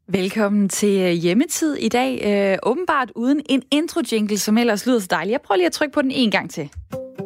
Velkommen til Hjemmetid i dag. Åbenbart uden en intro-jingle, som ellers lyder så dejligt. Jeg prøver lige at trykke på den en gang til.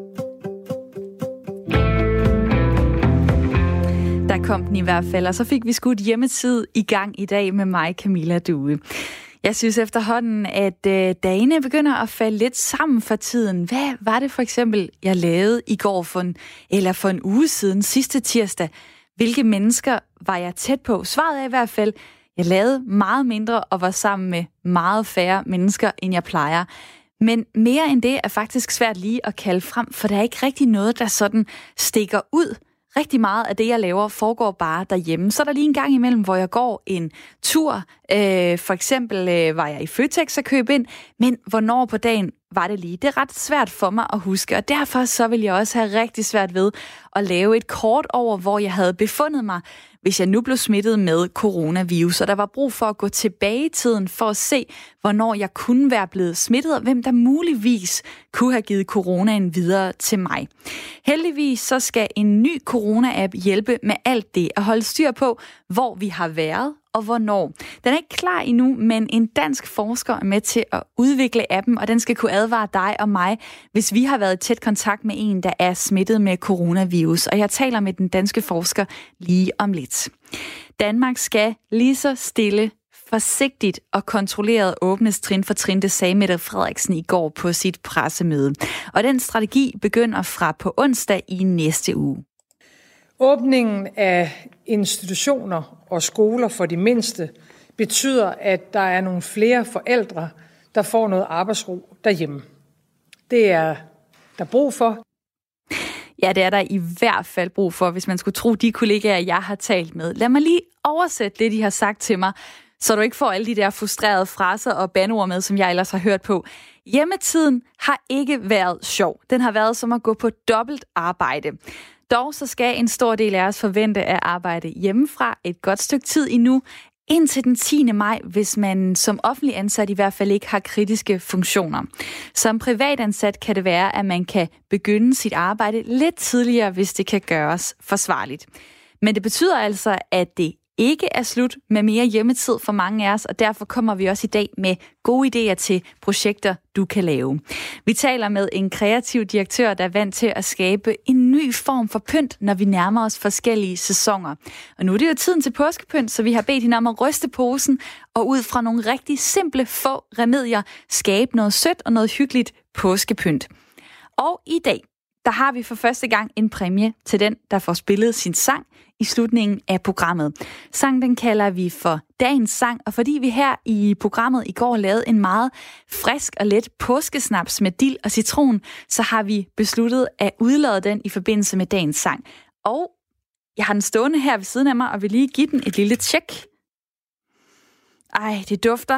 Der kom den i hvert fald, og så fik vi skudt Hjemmetid i gang i dag med mig, Camilla Due. Jeg synes efterhånden, at dagene begynder at falde lidt sammen for tiden. Hvad var det for eksempel, jeg lavede i går for en uge siden, sidste tirsdag? Hvilke mennesker var jeg tæt på? Svaret er i hvert fald, jeg lavede meget mindre og var sammen med meget færre mennesker, end jeg plejer. Men mere end det er faktisk svært lige at kalde frem, for der er ikke rigtig noget, der sådan stikker ud. Rigtig meget af det, jeg laver, foregår bare derhjemme. Så er der lige en gang imellem, hvor jeg går en tur. For eksempel var jeg i Føtex og købe ind, men hvornår på dagen var det lige? Det er ret svært for mig at huske, og derfor så vil jeg også have rigtig svært ved at lave et kort over, hvor jeg havde befundet mig, hvis jeg nu blev smittet med coronavirus, og der var brug for at gå tilbage i tiden for at se, hvornår jeg kunne være blevet smittet, og hvem der muligvis kunne have givet coronaen videre til mig. Heldigvis så skal en ny corona-app hjælpe med alt det, at holde styr på, hvor vi har været og hvornår. Den er ikke klar endnu, men en dansk forsker er med til at udvikle appen, og den skal kunne advare dig og mig, hvis vi har været i tæt kontakt med en, der er smittet med coronavirus. Og jeg taler med den danske forsker lige om lidt. Danmark skal lige så stille, forsigtigt og kontrolleret åbnes trin for trin, det sagde Mette Frederiksen i går på sit pressemøde. Og den strategi begynder fra på onsdag i næste uge. Åbningen af institutioner og skoler for de mindste betyder, at der er nogle flere forældre, der får noget arbejdsro derhjemme. Det er der brug for. Ja, det er der i hvert fald brug for, hvis man skulle tro de kollegaer, jeg har talt med. Lad mig lige oversætte det, de har sagt til mig, så du ikke får alle de der frustrerede fraser og bandeord med, som jeg ellers har hørt på. Hjemmetiden har ikke været sjov. Den har været som at gå på dobbelt arbejde. Dog så skal en stor del af os forvente at arbejde hjemmefra et godt stykke tid endnu, indtil den 10. maj, hvis man som offentlig ansat i hvert fald ikke har kritiske funktioner. Som privatansat kan det være, at man kan begynde sit arbejde lidt tidligere, hvis det kan gøres forsvarligt. Men det betyder altså, at det ikke er slut med mere hjemmetid for mange af os, og derfor kommer vi også i dag med gode idéer til projekter, du kan lave. Vi taler med en kreativ direktør, der er vant til at skabe en ny form for pynt, når vi nærmer os forskellige sæsoner. Og nu er det jo tiden til påskepynt, så vi har bedt hende om at ryste posen og ud fra nogle rigtig simple få remedier skabe noget sødt og noget hyggeligt påskepynt. Og i dag, der har vi for første gang en præmie til den, der får spillet sin sang i slutningen af programmet. Sangen den kalder vi for Dagens Sang, og fordi vi her i programmet i går lavede en meget frisk og let påskesnaps med dild og citron, så har vi besluttet at udlade den i forbindelse med Dagens Sang. Og jeg har den stående her ved siden af mig, og vil lige give den et lille tjek. Ej, det dufter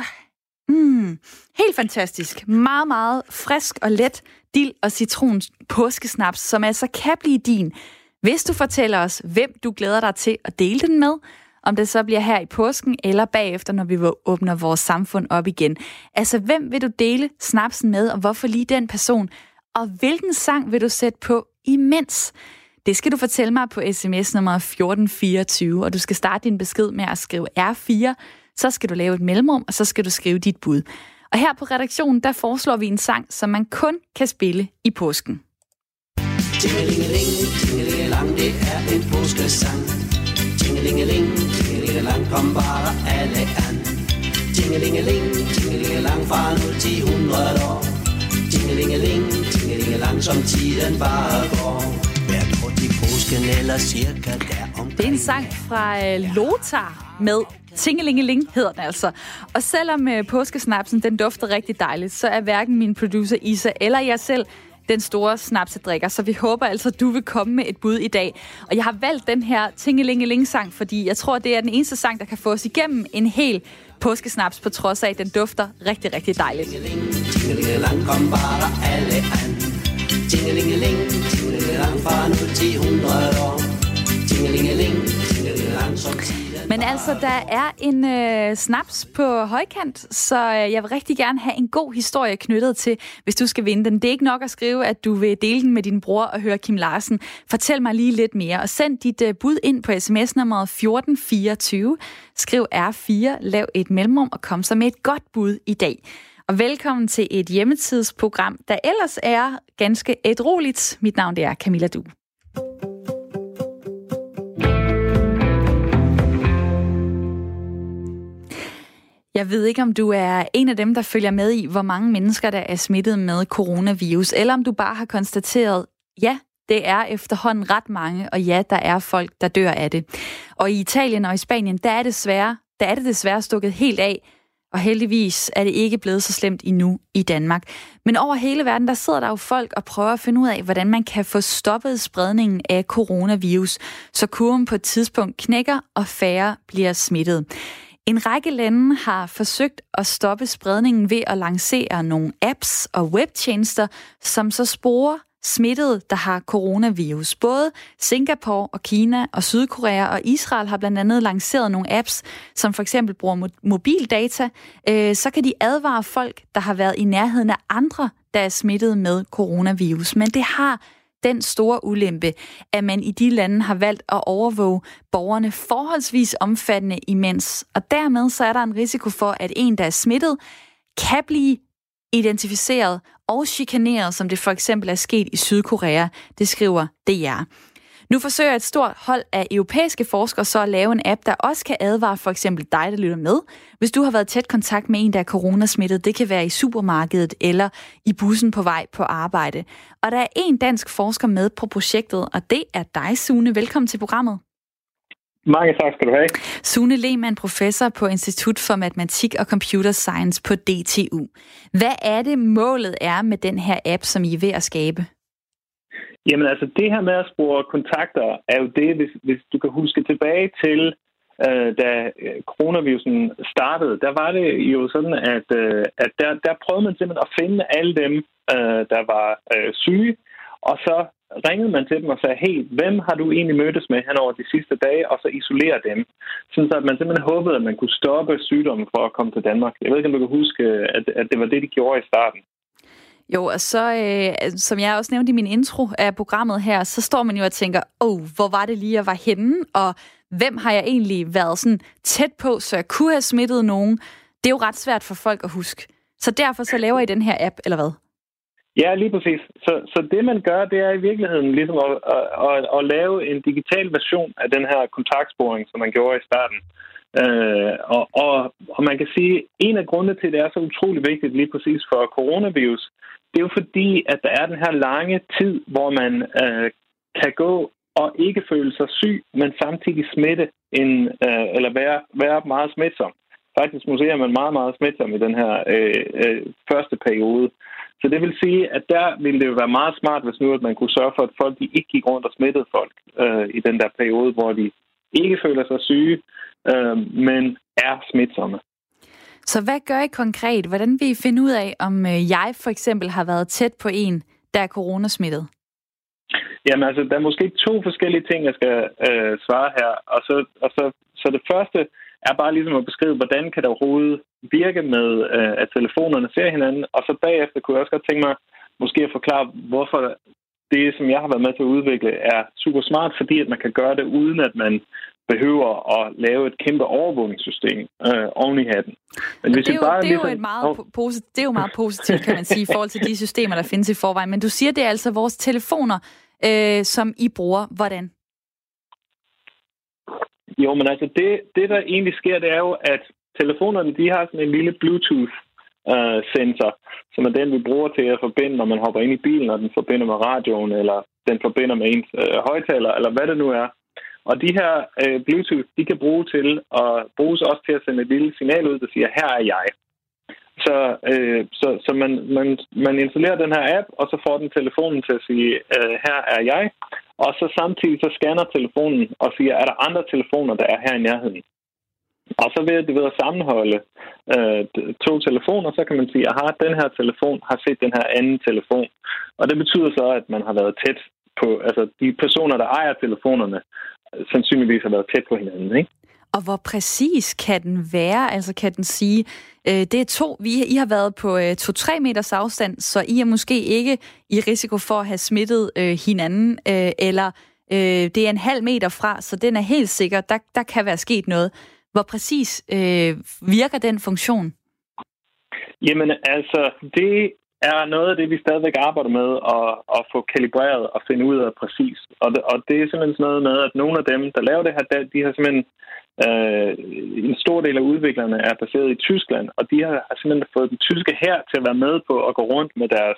helt fantastisk. Meget, meget frisk og let dild og citron påskesnaps, som altså kan blive din, hvis du fortæller os, hvem du glæder dig til at dele den med, om det så bliver her i påsken eller bagefter, når vi åbner vores samfund op igen. Altså, hvem vil du dele snapsen med, og hvorfor lige den person? Og hvilken sang vil du sætte på imens? Det skal du fortælle mig på sms nummer 1424, og du skal starte din besked med at skrive R4, så skal du lave et mellemrum, og så skal du skrive dit bud. Og her på redaktionen, der foreslår vi en sang, som man kun kan spille i påsken. Tingelingeling, tingelingelang, det er en påskesang. Tingelingeling, tingelingelang, kom bare alle an. Tingelingeling, tingelingelang, fra 0 til 100 år. Tingelingeling, tingelingelang, som tiden bare går. Hvert år til påsken eller cirka deromkring. Det er en sang fra Lothar med Tingelingeling hedder den altså. Og selvom påskesnapsen den dufter rigtig dejligt, så er hverken min producer Isa eller jeg selv den store snapsedrikker, så vi håber altså, at du vil komme med et bud i dag. Og jeg har valgt den her Tingelingeling-sang, fordi jeg tror, det er den eneste sang, der kan få os igennem en hel påskesnaps, på trods af, at den dufter rigtig, rigtig dejligt. Tingelingeling, kom bare alle an. Tingelingeling, tingelingelang, fra 0 til 100 år. Tingelingeling, tingelingelang, som tiden Men altså, der er en snaps på højkant, så jeg vil rigtig gerne have en god historie knyttet til, hvis du skal vinde den. Det er ikke nok at skrive, at du vil dele den med din bror og høre Kim Larsen. Fortæl mig lige lidt mere, og send dit bud ind på sms-nummeret 1424. Skriv R4, lav et mellemrum og kom så med et godt bud i dag. Og velkommen til et hjemmetidsprogram, der ellers er ganske ædrueligt. Mit navn det er Camilla Du. Jeg ved ikke, om du er en af dem, der følger med i, hvor mange mennesker, der er smittet med coronavirus, eller om du bare har konstateret, ja, det er efterhånden ret mange, og ja, der er folk, der dør af det. Og i Italien og i Spanien, der er det desværre stukket helt af, og heldigvis er det ikke blevet så slemt endnu i Danmark. Men over hele verden, der sidder der jo folk og prøver at finde ud af, hvordan man kan få stoppet spredningen af coronavirus, så kurven på et tidspunkt knækker, og færre bliver smittet. En række lande har forsøgt at stoppe spredningen ved at lancere nogle apps og webtjenester, som så sporer smittede, der har coronavirus. Både Singapore og Kina og Sydkorea og Israel har blandt andet lanceret nogle apps, som for eksempel bruger mobildata. Så kan de advare folk, der har været i nærheden af andre, der er smittet med coronavirus. Men det har den store ulempe, at man i de lande har valgt at overvåge borgerne forholdsvis omfattende imens. Og dermed så er der en risiko for, at en, der er smittet, kan blive identificeret og chikaneret, som det for eksempel er sket i Sydkorea. Det skriver DR. Nu forsøger et stort hold af europæiske forskere så at lave en app, der også kan advare for eksempel dig, der lytter med, hvis du har været tæt kontakt med en, der er coronasmittet. Det kan være i supermarkedet eller i bussen på vej på arbejde. Og der er en dansk forsker med på projektet, og det er dig, Sune. Velkommen til programmet. Mange tak skal du have. Sune Lehmann, professor på Institut for Matematik og Computer Science på DTU. Hvad er det, målet er med den her app, som I er ved at skabe? Jamen altså, det her med at spore kontakter er jo det, hvis du kan huske tilbage til, da coronavirusen startede, der var det jo sådan, at der prøvede man simpelthen at finde alle dem, der var syge, og så ringede man til dem og sagde, hey, hvem har du egentlig mødtes med hen over de sidste dage, og så isolere dem. Sådan så, at man simpelthen håbede, at man kunne stoppe sygdommen for at komme til Danmark. Jeg ved ikke, om du kan huske, at det var det, de gjorde i starten. Jo, og så, som jeg også nævnte i min intro af programmet her, så står man jo og tænker, hvor var det lige, jeg var henne, og hvem har jeg egentlig været sådan tæt på, så jeg kunne have smittet nogen? Det er jo ret svært for folk at huske. Så derfor så laver I den her app, eller hvad? Ja, lige præcis. Så det, man gør, det er i virkeligheden ligesom at lave en digital version af den her kontaktsporing, som man gjorde i starten. Og man kan sige, at en af grundene til, at det er så utrolig vigtigt lige præcis for coronavirus, det er jo fordi, at der er den her lange tid, hvor man kan gå og ikke føle sig syg, men samtidig smitte eller være meget smitsom. Faktisk er man meget, meget smitsom i den her første periode. Så det vil sige, at der ville det jo være meget smart, hvis nu at man kunne sørge for, at folk de ikke gik rundt og smittede folk i den der periode, hvor de ikke føler sig syge, men er smitsomme. Så hvad gør I konkret? Hvordan vil I finde ud af, om jeg for eksempel har været tæt på en, der er coronasmittet? Jamen altså, der er måske 2 forskellige ting, jeg skal svare her. Så det første er bare ligesom at beskrive, hvordan kan det overhovedet virke med, at telefonerne ser hinanden. Og så bagefter kunne jeg også godt tænke mig måske at forklare, hvorfor det, som jeg har været med til at udvikle, er super smart, fordi at man kan gøre det, uden at man behøver at lave et kæmpe overvågningssystem oven i hatten. Men hvis det er jo meget positivt, kan man sige, i forhold til de systemer, der findes i forvejen. Men du siger, det er altså vores telefoner, som I bruger. Hvordan? Jo, men altså det der egentlig sker, det er jo, at telefonerne, de har sådan en lille Bluetooth-sensor, som er den, vi bruger til at forbinde, når man hopper ind i bilen, og den forbinder med radioen, eller den forbinder med ens højtaler, eller hvad det nu er. Og de her Bluetooth, de kan bruges også til at sende et lille signal ud, der siger, her er jeg. Så man installerer den her app, og så får den telefonen til at sige, her er jeg. Og så samtidig så scanner telefonen og siger, er der andre telefoner, der er her i nærheden? Og så ved at sammenholde 2 telefoner, så kan man sige, at den her telefon har set den her anden telefon. Og det betyder så, at man har været tæt på, altså de personer, der ejer telefonerne, sandsynligvis har været tæt på hinanden, ikke? Og hvor præcis kan den være? Altså kan den sige, det er I har været på 2-3 meters afstand, så I er måske ikke i risiko for at have smittet hinanden, eller det er 0,5 meter fra, så den er helt sikker, der kan være sket noget. Hvor præcis virker den funktion? Jamen altså, det er noget af det, vi stadigvæk arbejder med at få kalibreret og finde ud af præcis. Og det er simpelthen sådan noget med, at nogle af dem, der laver det her, de har simpelthen en stor del af udviklerne er baseret i Tyskland, og de har simpelthen fået den tyske hær til at være med på at gå rundt med deres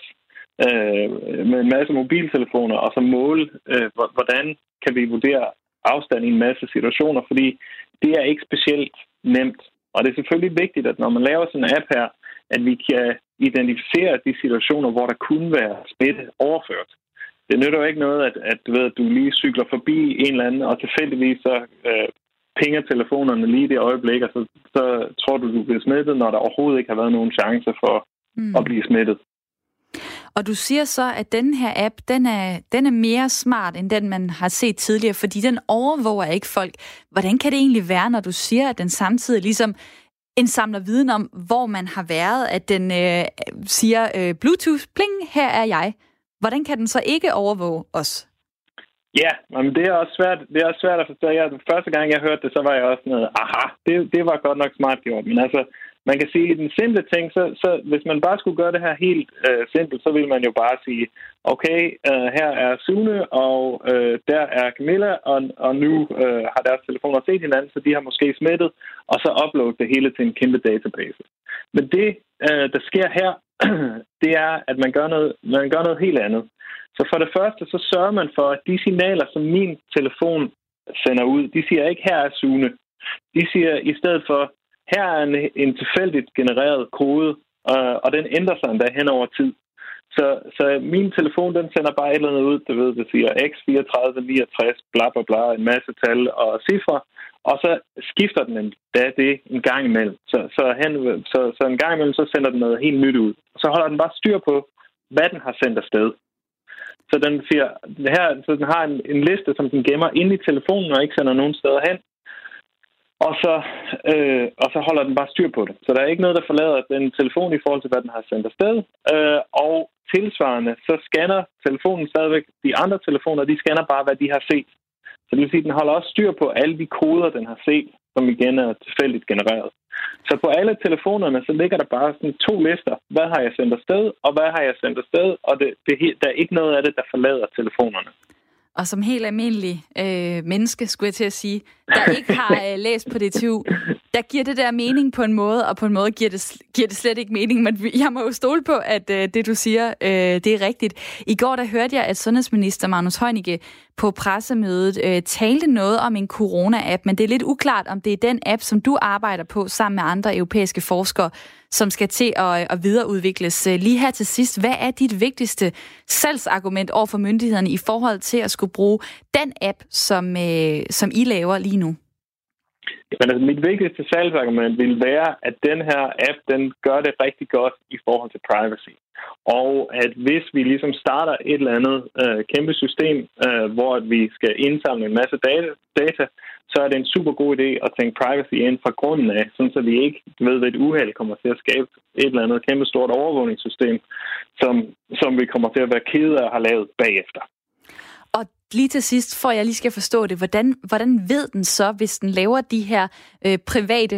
med en masse mobiltelefoner og så måle, hvordan kan vi vurdere afstand i en masse situationer, fordi det er ikke specielt nemt. Og det er selvfølgelig vigtigt, at når man laver sådan en app her, at vi kan identificere de situationer, hvor der kunne være smitte overført. Det nytter jo ikke noget, at du ved, at du lige cykler forbi en eller anden, og tilfældigvis så pinger telefonerne lige i det øjeblik, og så tror du bliver smittet, når der overhovedet ikke har været nogen chance for at blive smittet. Og du siger så, at den her app, den er mere smart, end den, man har set tidligere, fordi den overvåger ikke folk. Hvordan kan det egentlig være, når du siger, at den samtidig ligesom indsamler viden om, hvor man har været, at den siger, Bluetooth, pling, her er jeg. Hvordan kan den så ikke overvåge os? Ja, men det er også svært at forstå. Første gang, jeg hørte det, så var jeg også noget, aha, det var godt nok smart gjort. Men altså, man kan sige, at den simple ting, så hvis man bare skulle gøre det her helt simpelt, så ville man jo bare sige, okay, her er Sune, og der er Camilla, og nu har deres telefoner set hinanden, så de har måske smittet, og så uploade det hele til en kæmpe database. Men det, der sker her, det er, at man gør noget helt andet. Så for det første, så sørger man for, at de signaler, som min telefon sender ud, de siger ikke, her er Sune. De siger i stedet for, her er en tilfældigt genereret kode, og den ændrer sig endda hen over tid. Så min telefon, den sender bare et eller andet ud, det siger X3469, bla bla bla, en masse tal og cifre, og så skifter den endda det en gang imellem. Så en gang imellem, så sender den noget helt nyt ud. Og så holder den bare styr på, hvad den har sendt afsted. Så den siger, så den har en liste, som den gemmer inde i telefonen og ikke sender nogen steder hen. Og så holder den bare styr på det. Så der er ikke noget, der forlader den telefon i forhold til, hvad den har sendt afsted. Og tilsvarende, så scanner telefonen stadigvæk de andre telefoner, de scanner bare, hvad de har set. Så det vil sige, at den holder også styr på alle de koder, den har set, som igen er tilfældigt genereret. Så på alle telefonerne, så ligger der bare sådan 2 lister. Hvad har jeg sendt afsted, og hvad har jeg sendt afsted? Og der er ikke noget af det, der forlader telefonerne. Og som helt almindelig menneske, skulle jeg til at sige, der ikke har læst på DTU, der giver det der mening på en måde, og på en måde giver det slet ikke mening. Men jeg må jo stole på, at det, du siger, det er rigtigt. I går, der hørte jeg, at sundhedsminister Magnus Heunicke på pressemødet talte noget om en corona-app, men det er lidt uklart, om det er den app, som du arbejder på sammen med andre europæiske forskere, som skal til at videreudvikles. Lige her til sidst, hvad er dit vigtigste salgsargument over for myndighederne i forhold til at skulle bruge den app, som I laver lige nu? Men altså, mit vigtigste salgsargument vil være, at den her app, den gør det rigtig godt i forhold til privacy. Og at hvis vi ligesom starter et eller andet kæmpe system, hvor vi skal indsamle en masse data, så er det en super god idé at tænke privacy ind fra grunden af, sådan så vi ikke ved et uheld kommer til at skabe et eller andet kæmpe stort overvågningssystem, som vi kommer til at være kede af at have lavet bagefter. Og lige til sidst, for jeg lige skal forstå det, hvordan ved den så, hvis den laver de her private,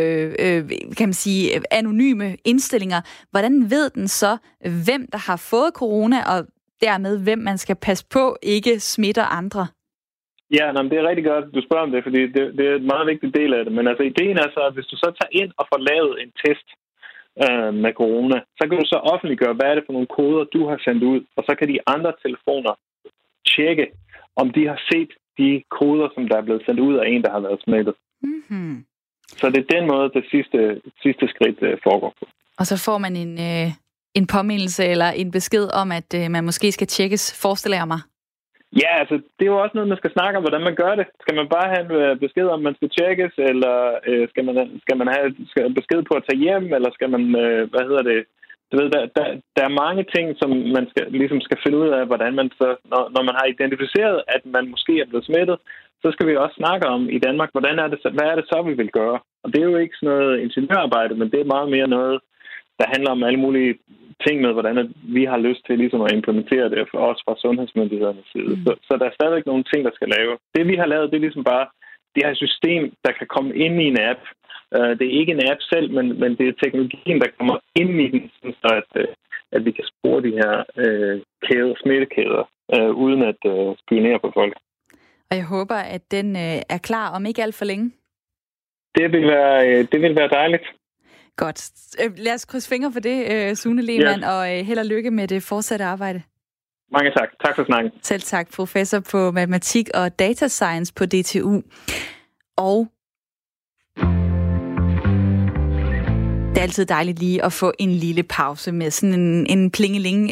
kan man sige, anonyme indstillinger, hvordan ved den så, hvem der har fået corona, og dermed hvem man skal passe på ikke smitter andre? Ja, det er rigtig godt, du spørger om det, fordi det er en meget vigtig del af det. Men altså, ideen er så, at hvis du så tager ind og får lavet en test med corona, så kan du så offentliggøre, hvad er det for nogle koder, du har sendt ud, og så kan de andre telefoner tjekke, om de har set de koder, som der er blevet sendt ud af en, der har været smittet. Mm-hmm. Så det er den måde, det sidste skridt foregår på. Og så får man en påmindelse eller en besked om, at man måske skal tjekkes, forestiller jeg mig. Ja, altså, det er jo også noget, man skal snakke om, hvordan man gør det. Skal man bare have en besked om, man skal tjekkes, eller skal man have besked på at tage hjem, eller skal man, du ved, der er mange ting, som man skal finde ud af, hvordan man så, når man har identificeret, at man måske er blevet smittet, så skal vi også snakke om i Danmark, hvad er det så, vi vil gøre? Og det er jo ikke sådan noget ingeniørarbejde, men det er meget mere noget, der handler om alle mulige ting med, hvordan vi har lyst til ligesom at implementere det, for os fra sundhedsmyndighedernes side. Så der er stadigvæk nogle ting, der skal lave. Det vi har lavet, det er ligesom bare det her system, der kan komme ind i en app. Det er ikke en app selv, men det er teknologien, der kommer ind i den, så at vi kan spore de her smittekæder, uden at spionere på folk. Og jeg håber, at den er klar om ikke alt for længe. Det vil være dejligt. Godt. Lad os krydse fingre for det, Sune Lehmann, og held og lykke med det fortsatte arbejde. Mange tak. Tak for snakken. Selv tak, professor på matematik og data science på DTU. Og det er altid dejligt lige at få en lille pause med sådan en plingeling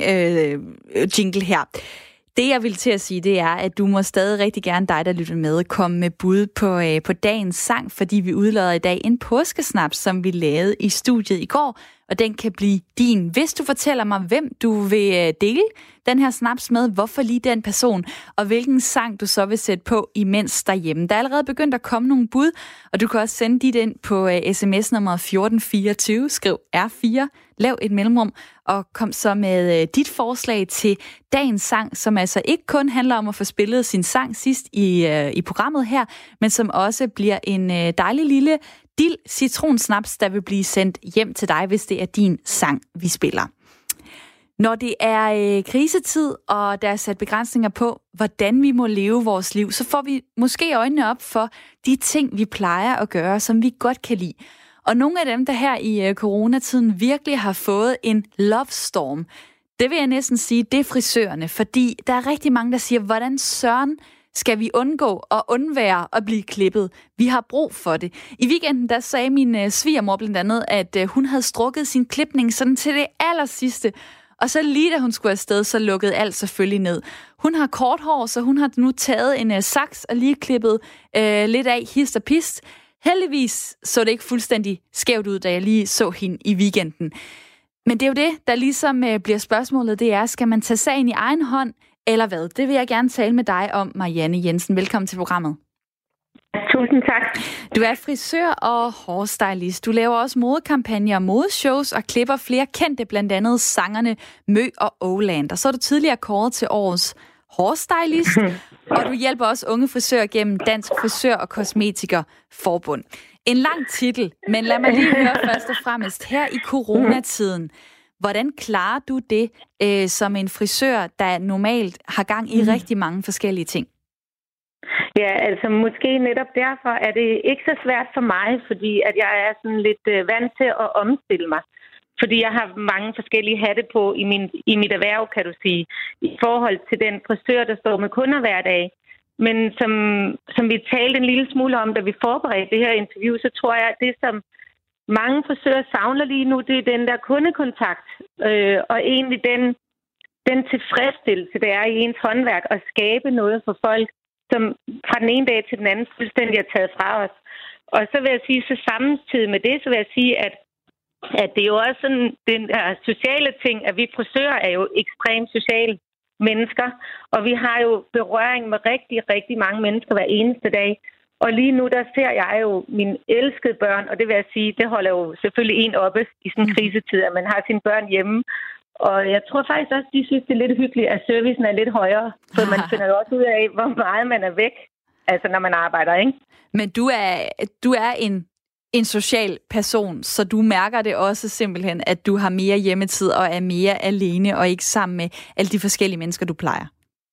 jingle her. Det, jeg vil til at sige, det er, at du må stadig rigtig gerne, dig der lytter med, komme med bud på dagens sang, fordi vi udlader i dag en påskesnaps, som vi lavede i studiet i går, og den kan blive din. Hvis du fortæller mig, hvem du vil dele den her snaps med, hvorfor lige den person, og hvilken sang du så vil sætte på imens derhjemme. Der er allerede begyndt at komme nogle bud, og du kan også sende dit ind på sms-nummeret 1424, skriv R4, lav et mellemrum, og kom så med dit forslag til dagens sang, som altså ikke kun handler om at få spillet sin sang sidst i programmet her, men som også bliver en dejlig lille dild citronsnaps, der vil blive sendt hjem til dig, hvis det er din sang, vi spiller. Når det er krisetid, og der er sat begrænsninger på, hvordan vi må leve vores liv, så får vi måske øjnene op for de ting, vi plejer at gøre, som vi godt kan lide. Og nogle af dem, der her i coronatiden virkelig har fået en love storm, det vil jeg næsten sige, det er frisørerne, fordi der er rigtig mange, der siger, hvordan søren skal vi undgå og undvære at blive klippet? Vi har brug for det. I weekenden, der sagde min svigermor blandt andet, at hun havde strukket sin klipning sådan til det allersidste. Og så lige da hun skulle afsted, så lukkede alt selvfølgelig ned. Hun har kort hår, så hun har nu taget en saks og lige klippet lidt af hist og pist. Heldigvis så det ikke fuldstændig skævt ud, da jeg lige så hende i weekenden. Men det er jo det, der ligesom bliver spørgsmålet, det er, skal man tage sagen i egen hånd, eller hvad? Det vil jeg gerne tale med dig om, Marianne Jensen. Velkommen til programmet. Tusind tak. Du er frisør og hårstylist. Du laver også modekampagner og modeshows og klipper flere kendte, blandt andet sangerne Mø og Åland. Og så er du tidligere kåret til årets hårstylist, og du hjælper også unge frisører gennem Dansk Frisør- og Kosmetikerforbund. En lang titel, men lad mig lige høre først og fremmest her i coronatiden. Hvordan klarer du det som en frisør, der normalt har gang i rigtig mange forskellige ting? Ja, altså måske netop derfor er det ikke så svært for mig, fordi at jeg er sådan lidt vant til at omstille mig. Fordi jeg har mange forskellige hatte på i mit erhverv, kan du sige, i forhold til den frisør, der står med kunder hver dag. Men som vi talte en lille smule om, da vi forberedte det her interview, så tror jeg, at det, som mange frisører savner lige nu, det er den der kundekontakt. Og egentlig den tilfredsstillelse, det er i ens håndværk at skabe noget for folk, som fra den ene dag til den anden fuldstændig er taget fra os. Og så vil jeg sige, så samtidig med det, så vil jeg sige, at det er jo også sådan, den der sociale ting, at vi frisører er jo ekstremt sociale mennesker, og vi har jo berøring med rigtig, rigtig mange mennesker hver eneste dag. Og lige nu, der ser jeg jo mine elskede børn, og det vil jeg sige, det holder jo selvfølgelig en oppe i sådan en krisetid, at man har sine børn hjemme. Og jeg tror faktisk også, de synes, det er lidt hyggeligt, at servicen er lidt højere, for man finder jo også ud af, hvor meget man er væk, altså når man arbejder, ikke? Men du er en social person, så du mærker det også simpelthen, at du har mere hjemmetid og er mere alene og ikke sammen med alle de forskellige mennesker, du plejer.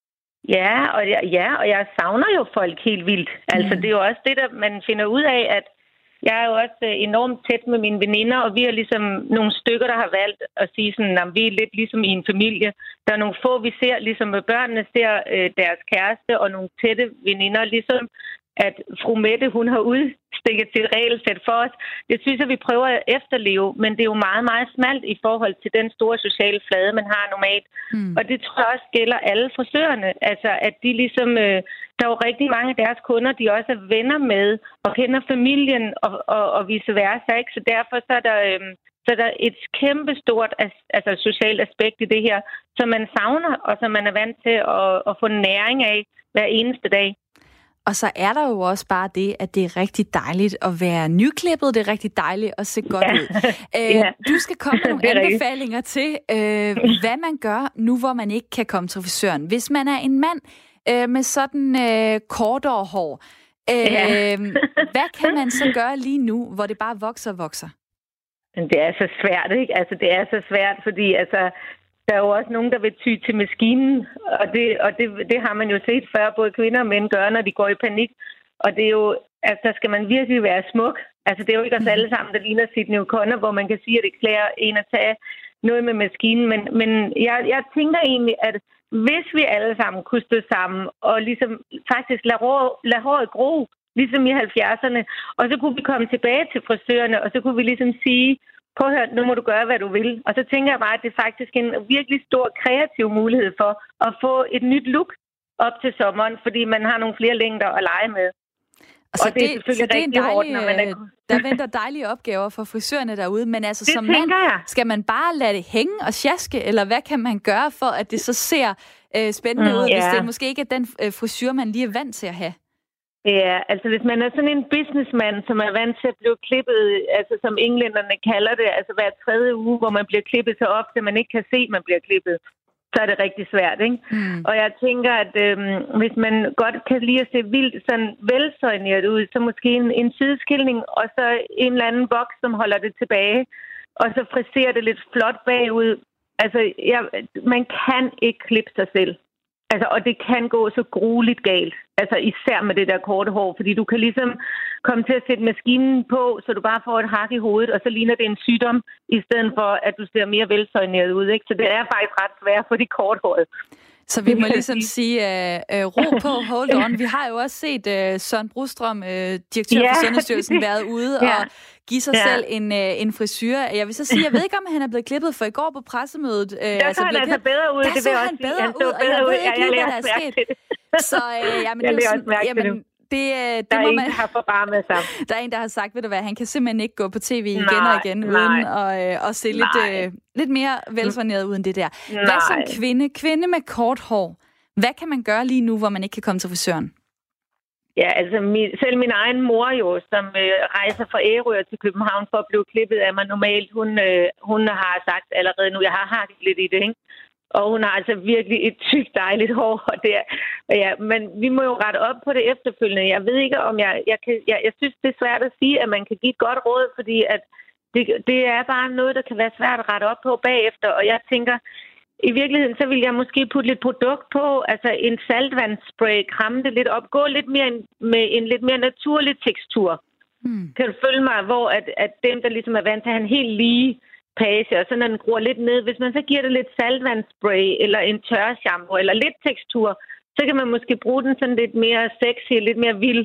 Og jeg savner jo folk helt vildt. Altså, det er jo også det, der man finder ud af, at jeg er jo også enormt tæt med mine veninder, og vi er ligesom nogle stykker, der har valgt at sige sådan, at vi er lidt ligesom i en familie. Der er nogle få, vi ser, ligesom med børnene ser deres kæreste, og nogle tætte veninder, ligesom at fru Mette, hun har udstikket til et regelsæt for os. Det synes jeg, vi prøver at efterleve, men det er jo meget, meget smalt i forhold til den store sociale flade, man har normalt. Og det tror jeg også gælder alle frisørerne. Altså, at de ligesom, der er jo rigtig mange af deres kunder, de også er venner med, og kender familien, og vice versa, ikke? Så derfor så er der Så der er et kæmpestort socialt aspekt i det her, som man savner, og som man er vant til at få næring af hver eneste dag. Og så er der jo også bare det, at det er rigtig dejligt at være nyklippet. Det er rigtig dejligt at se godt ud. Du skal komme med nogle anbefalinger til, hvad man gør nu, hvor man ikke kan komme til frisøren. Hvis man er en mand med sådan kortere hår, hvad kan man så gøre lige nu, hvor det bare vokser og vokser? Det er så svært, ikke? Altså, det er så svært, fordi der er jo også nogen, der vil ty til maskinen, og det har man jo set før, både kvinder og mænd gør, når de går i panik. Og det er jo, altså, der skal man virkelig være smuk. Altså, det er jo ikke os alle sammen, der ligner Sydney O'Connor, hvor man kan sige, at det klæder en at tage noget med maskinen. Men jeg tænker egentlig, at hvis vi alle sammen kunne stå sammen og ligesom faktisk lade håret gro, ligesom i 70'erne, og så kunne vi komme tilbage til frisørerne, og så kunne vi ligesom sige, prøv at høre, nu må du gøre, hvad du vil. Og så tænker jeg bare, at det er faktisk en virkelig stor kreativ mulighed for at få et nyt look op til sommeren, fordi man har nogle flere længder at lege med. Og det er selvfølgelig rigtig hårdt, når man er... Der venter dejlige opgaver for frisørerne derude, men altså det som mand, skal man bare lade det hænge og sjaske, eller hvad kan man gøre for, at det så ser spændende ud, hvis det måske ikke er den frisyr, man lige er vant til at have? Ja, altså hvis man er sådan en businessman, som er vant til at blive klippet, altså som englænderne kalder det, altså hver 3. uge, hvor man bliver klippet så ofte, man ikke kan se, at man bliver klippet, så er det rigtig svært, ikke? Og jeg tænker, at hvis man godt kan lide at se vildt sådan velsøjneret ud, så måske en sideskilning, og så en eller anden boks, som holder det tilbage, og så friserer det lidt flot bagud. Altså, man kan ikke klippe sig selv. Altså, og det kan gå så grueligt galt. Altså, især med det der korte hår, fordi du kan ligesom komme til at sætte maskinen på, så du bare får et hak i hovedet, og så ligner det en sygdom, i stedet for, at du ser mere velsøjneret ud, ikke? Så det er faktisk ret svært for de korthårede. Så vi må ligesom sige, ro på, hold on. Vi har jo også set Søren Brostrøm, direktør for Sundhedsstyrelsen, været ude og give sig selv en frisyr. Jeg vil så sige, jeg ved ikke, om han er blevet klippet, for i går på pressemødet... Der så han altså bedre ud. Der så han bedre ud, og jeg ved ikke lige, hvad der er sket. Så jamen, det er sådan... Det må man har forbarmet sig. Der er en, der har sagt, ved du hvad, han kan simpelthen ikke gå på tv igen og igen, uden at se lidt mere velsvarneret uden det der. Hvad som kvinde med kort hår? Hvad kan man gøre lige nu, hvor man ikke kan komme til frisøren? Ja, altså selv min egen mor jo, som rejser fra Ærø til København for at blive klippet af mig normalt, hun har sagt allerede nu, jeg har hakket lidt i det, ikke? Og hun har altså virkelig et tykt, dejligt hår. Men vi må jo rette op på det efterfølgende. Jeg ved ikke, om jeg synes, det er svært at sige, at man kan give et godt råd, fordi at det er bare noget, der kan være svært at rette op på bagefter. Og jeg tænker, i virkeligheden, så vil jeg måske putte lidt produkt på, altså en saltvandsspray, kramme det lidt op, gå lidt mere med en lidt mere naturlig tekstur. Kan du følge mig, hvor at dem, der ligesom er vant til at have en helt lige page, og så når den gror lidt ned, hvis man så giver det lidt saltvandsspray, eller en tørreshampoo, eller lidt tekstur, så kan man måske bruge den sådan lidt mere sexy, lidt mere vild.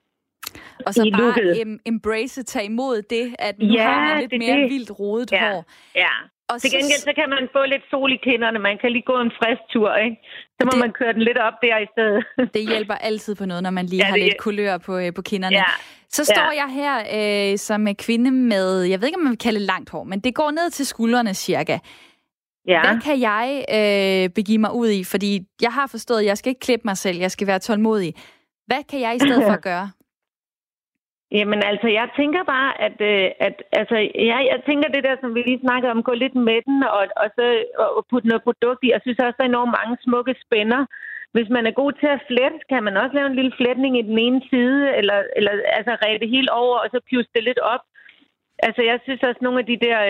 Og så bare embrace, tage imod det, at nu har man lidt mere vildt rodet hår. Ja. Og til gengæld, så kan man få lidt sol i kinderne. Man kan lige gå en frisk tur, ikke? Så må man køre den lidt op der i stedet. Det hjælper altid på noget, når man lige har lidt kulør på kinderne. Ja. Så står jeg her som kvinde med, jeg ved ikke, om man vil kalde det langt hår, men det går ned til skuldrene cirka. Ja. Hvad kan jeg begive mig ud i? Fordi jeg har forstået, at jeg skal ikke klippe mig selv, jeg skal være tålmodig. Hvad kan jeg i stedet for gøre? Jamen altså, jeg tænker bare, jeg tænker det der, som vi lige snakkede om, gå lidt med den, og så putte noget produkt i. Jeg synes også, der er enormt mange smukke spænder. Hvis man er god til at flette, kan man også lave en lille flætning i den ene side, eller altså ræde det helt over, og så pjuste det lidt op. Altså, jeg synes også, nogle af de der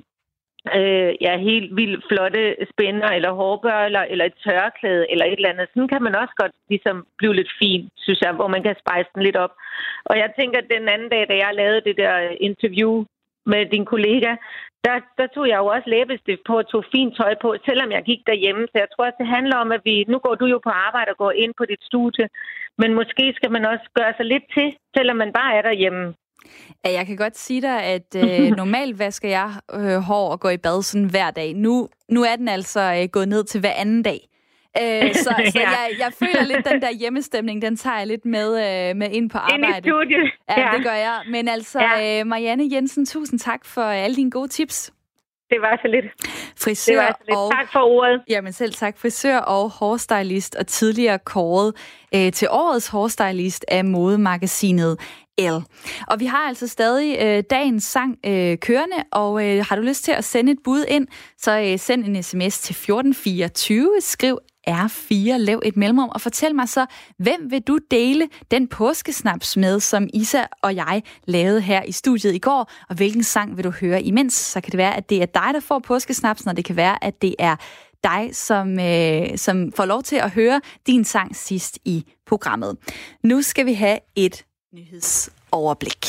helt vildt flotte spænder, eller hårbørler, eller et tørklæde, eller et eller andet. Sådan kan man også godt ligesom blive lidt fin, synes jeg, hvor man kan spice den lidt op. Og jeg tænker, at den anden dag, da jeg lavede det der interview med din kollega, der tog jeg jo også læbestift på og tog fint tøj på, selvom jeg gik derhjemme. Så jeg tror også, det handler om, at nu går du jo på arbejde og går ind på dit studie, men måske skal man også gøre sig lidt til, selvom man bare er derhjemme. Ja, jeg kan godt sige dig, at normalt vasker jeg hår og går i bad sådan hver dag. Nu er den altså gået ned til hver anden dag. Så jeg føler lidt, den der hjemmestemning, den tager jeg lidt med ind på arbejde. Ind i studiet. Ja, det gør jeg. Men altså, Marianne Jensen, tusind tak for alle dine gode tips. Det var så lidt. Frisør og... Tak for ordet. Jamen selv tak. Frisør og hårstylist og tidligere kåret til årets hårstylist af modemagasinet L. Og vi har altså stadig dagens sang kørende, og har du lyst til at sende et bud ind, så send en sms til 1424, skriv R4, lav et mellemrum, og fortæl mig så, hvem vil du dele den påskesnaps med, som Isa og jeg lavede her i studiet i går, og hvilken sang vil du høre imens? Så kan det være, at det er dig, der får påskesnapsen, og det kan være, at det er dig, som får lov til at høre din sang sidst i programmet. Nu skal vi have et nyhedsoverblik.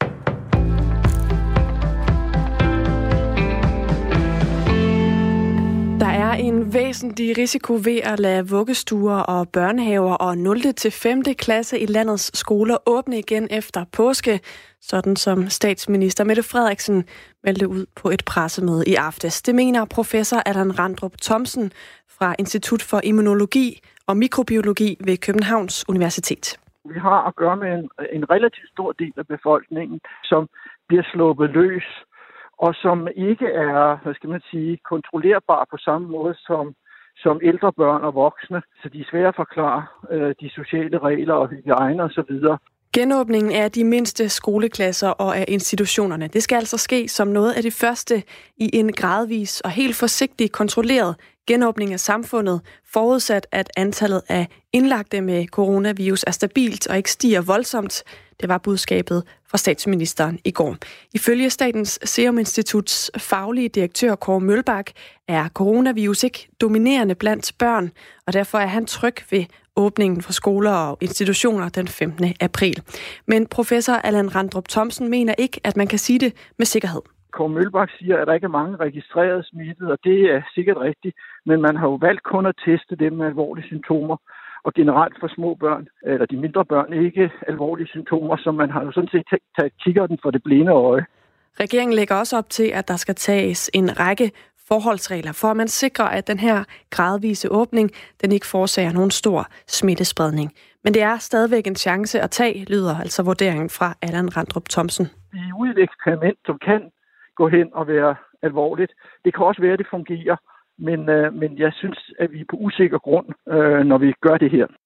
Der er en væsentlig risiko ved at lade vuggestuer og børnehaver og 0. til 5. klasse i landets skoler åbne igen efter påske, sådan som statsminister Mette Frederiksen meldte ud på et pressemøde i aftes. Det mener professor Allan Randrup Thomsen fra Institut for Immunologi og Mikrobiologi ved Københavns Universitet. Vi har at gøre med en relativt stor del af befolkningen, som bliver sluppet løs, og som ikke er, kontrollerbar på samme måde som ældre børn og voksne. Så de er svære at forklare de sociale regler og hygiejne osv. Genåbningen af de mindste skoleklasser og af institutionerne, det skal altså ske som noget af det første i en gradvis og helt forsigtig kontrolleret genåbning af samfundet, forudsat at antallet af indlagte med coronavirus er stabilt og ikke stiger voldsomt. Det var budskabet fra statsministeren i går. Ifølge Statens Serum Instituts faglige direktør Kåre Mølbak er coronavirus ikke dominerende blandt børn, og derfor er han tryg ved åbningen for skoler og institutioner den 15. april. Men professor Allan Randrup Thomsen mener ikke, at man kan sige det med sikkerhed. Kåre Mølbak siger, at der ikke er mange registrerede smittede, og det er sikkert rigtigt, men man har jo valgt kun at teste dem med alvorlige symptomer. Og generelt for små børn, eller de mindre børn, ikke alvorlige symptomer, så man har jo sådan set taget kikkerten for det blinde øje. Regeringen lægger også op til, at der skal tages en række forholdsregler, for at man sikrer, at den her gradvise åbning, den ikke forårsager nogen stor smittespredning. Men det er stadigvæk en chance at tage, lyder altså vurderingen fra Allan Randrup Thomsen. Vi er ude i et eksperiment, som kan gå hen og være alvorligt. Det kan også være, at det fungerer. Men jeg synes, at vi er på usikker grund, når vi gør det her.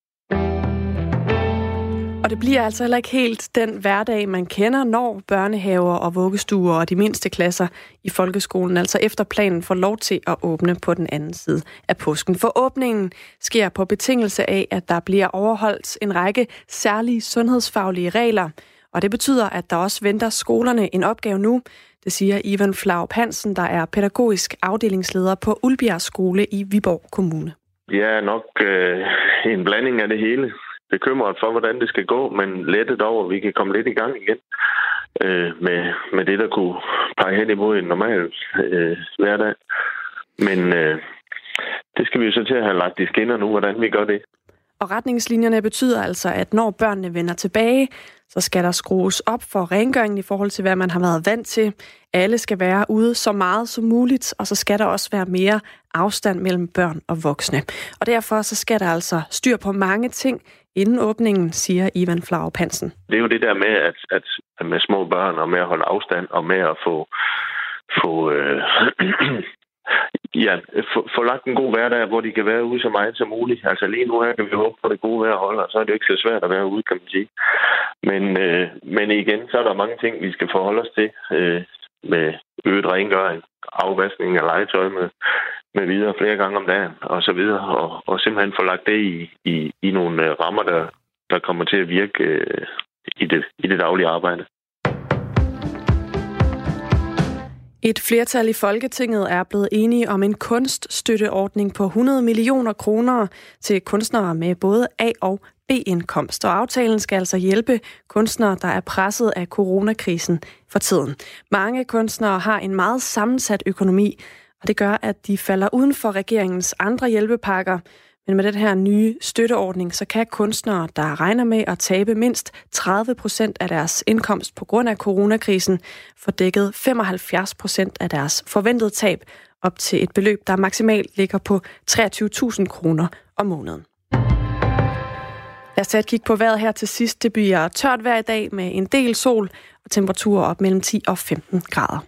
Og det bliver altså heller ikke helt den hverdag, man kender, når børnehaver og vuggestuer og de mindste klasser i folkeskolen, altså efter planen, får lov til at åbne på den anden side af påsken. For åbningen sker på betingelse af, at der bliver overholdt en række særlige sundhedsfaglige regler. Og det betyder, at der også venter skolerne en opgave nu. Det siger Ivan Flaup Hansen, der er pædagogisk afdelingsleder på Ulbjerg Skole i Viborg Kommune. Jeg er nok en blanding af det hele. Bekymret for, hvordan det skal gå, men lettet over, at vi kan komme lidt i gang igen med det, der kunne pege hen imod en normal hverdag. Men det skal vi jo så til at have lagt i skinner nu, hvordan vi gør det. Og retningslinjerne betyder altså, at når børnene vender tilbage, så skal der skrues op for rengøringen i forhold til, hvad man har været vant til. Alle skal være ude så meget som muligt, og så skal der også være mere afstand mellem børn og voksne. Og derfor så skal der altså styr på mange ting inden åbningen, siger Ivan Flaup Hansen. Det er jo det der med, at med små børn og med at holde afstand og med at få lagt en god hverdag, hvor de kan være ude så meget som muligt. Altså lige nu her kan vi håbe på det gode vejr holder, og så er det jo ikke så svært at være ude, kan man sige. Men igen, så er der mange ting, vi skal forholde os til med øget rengøring, afvaskning af legetøj med videre flere gange om dagen og så videre, og simpelthen få lagt det i nogle rammer, der kommer til at virke i det daglige arbejde. Et flertal i Folketinget er blevet enige om en kunststøtteordning på 100 millioner kroner til kunstnere med både A- og B-indkomst. Og aftalen skal altså hjælpe kunstnere, der er presset af coronakrisen for tiden. Mange kunstnere har en meget sammensat økonomi, og det gør, at de falder uden for regeringens andre hjælpepakker. Men med den her nye støtteordning, så kan kunstnere, der regner med at tabe mindst 30% af deres indkomst på grund af coronakrisen, få dækket 75% af deres forventede tab op til et beløb, der maksimalt ligger på 23.000 kroner om måneden. Lad os tage et kig på vejret her til sidst. Det bliver tørt hver dag med en del sol og temperaturer op mellem 10 og 15 grader.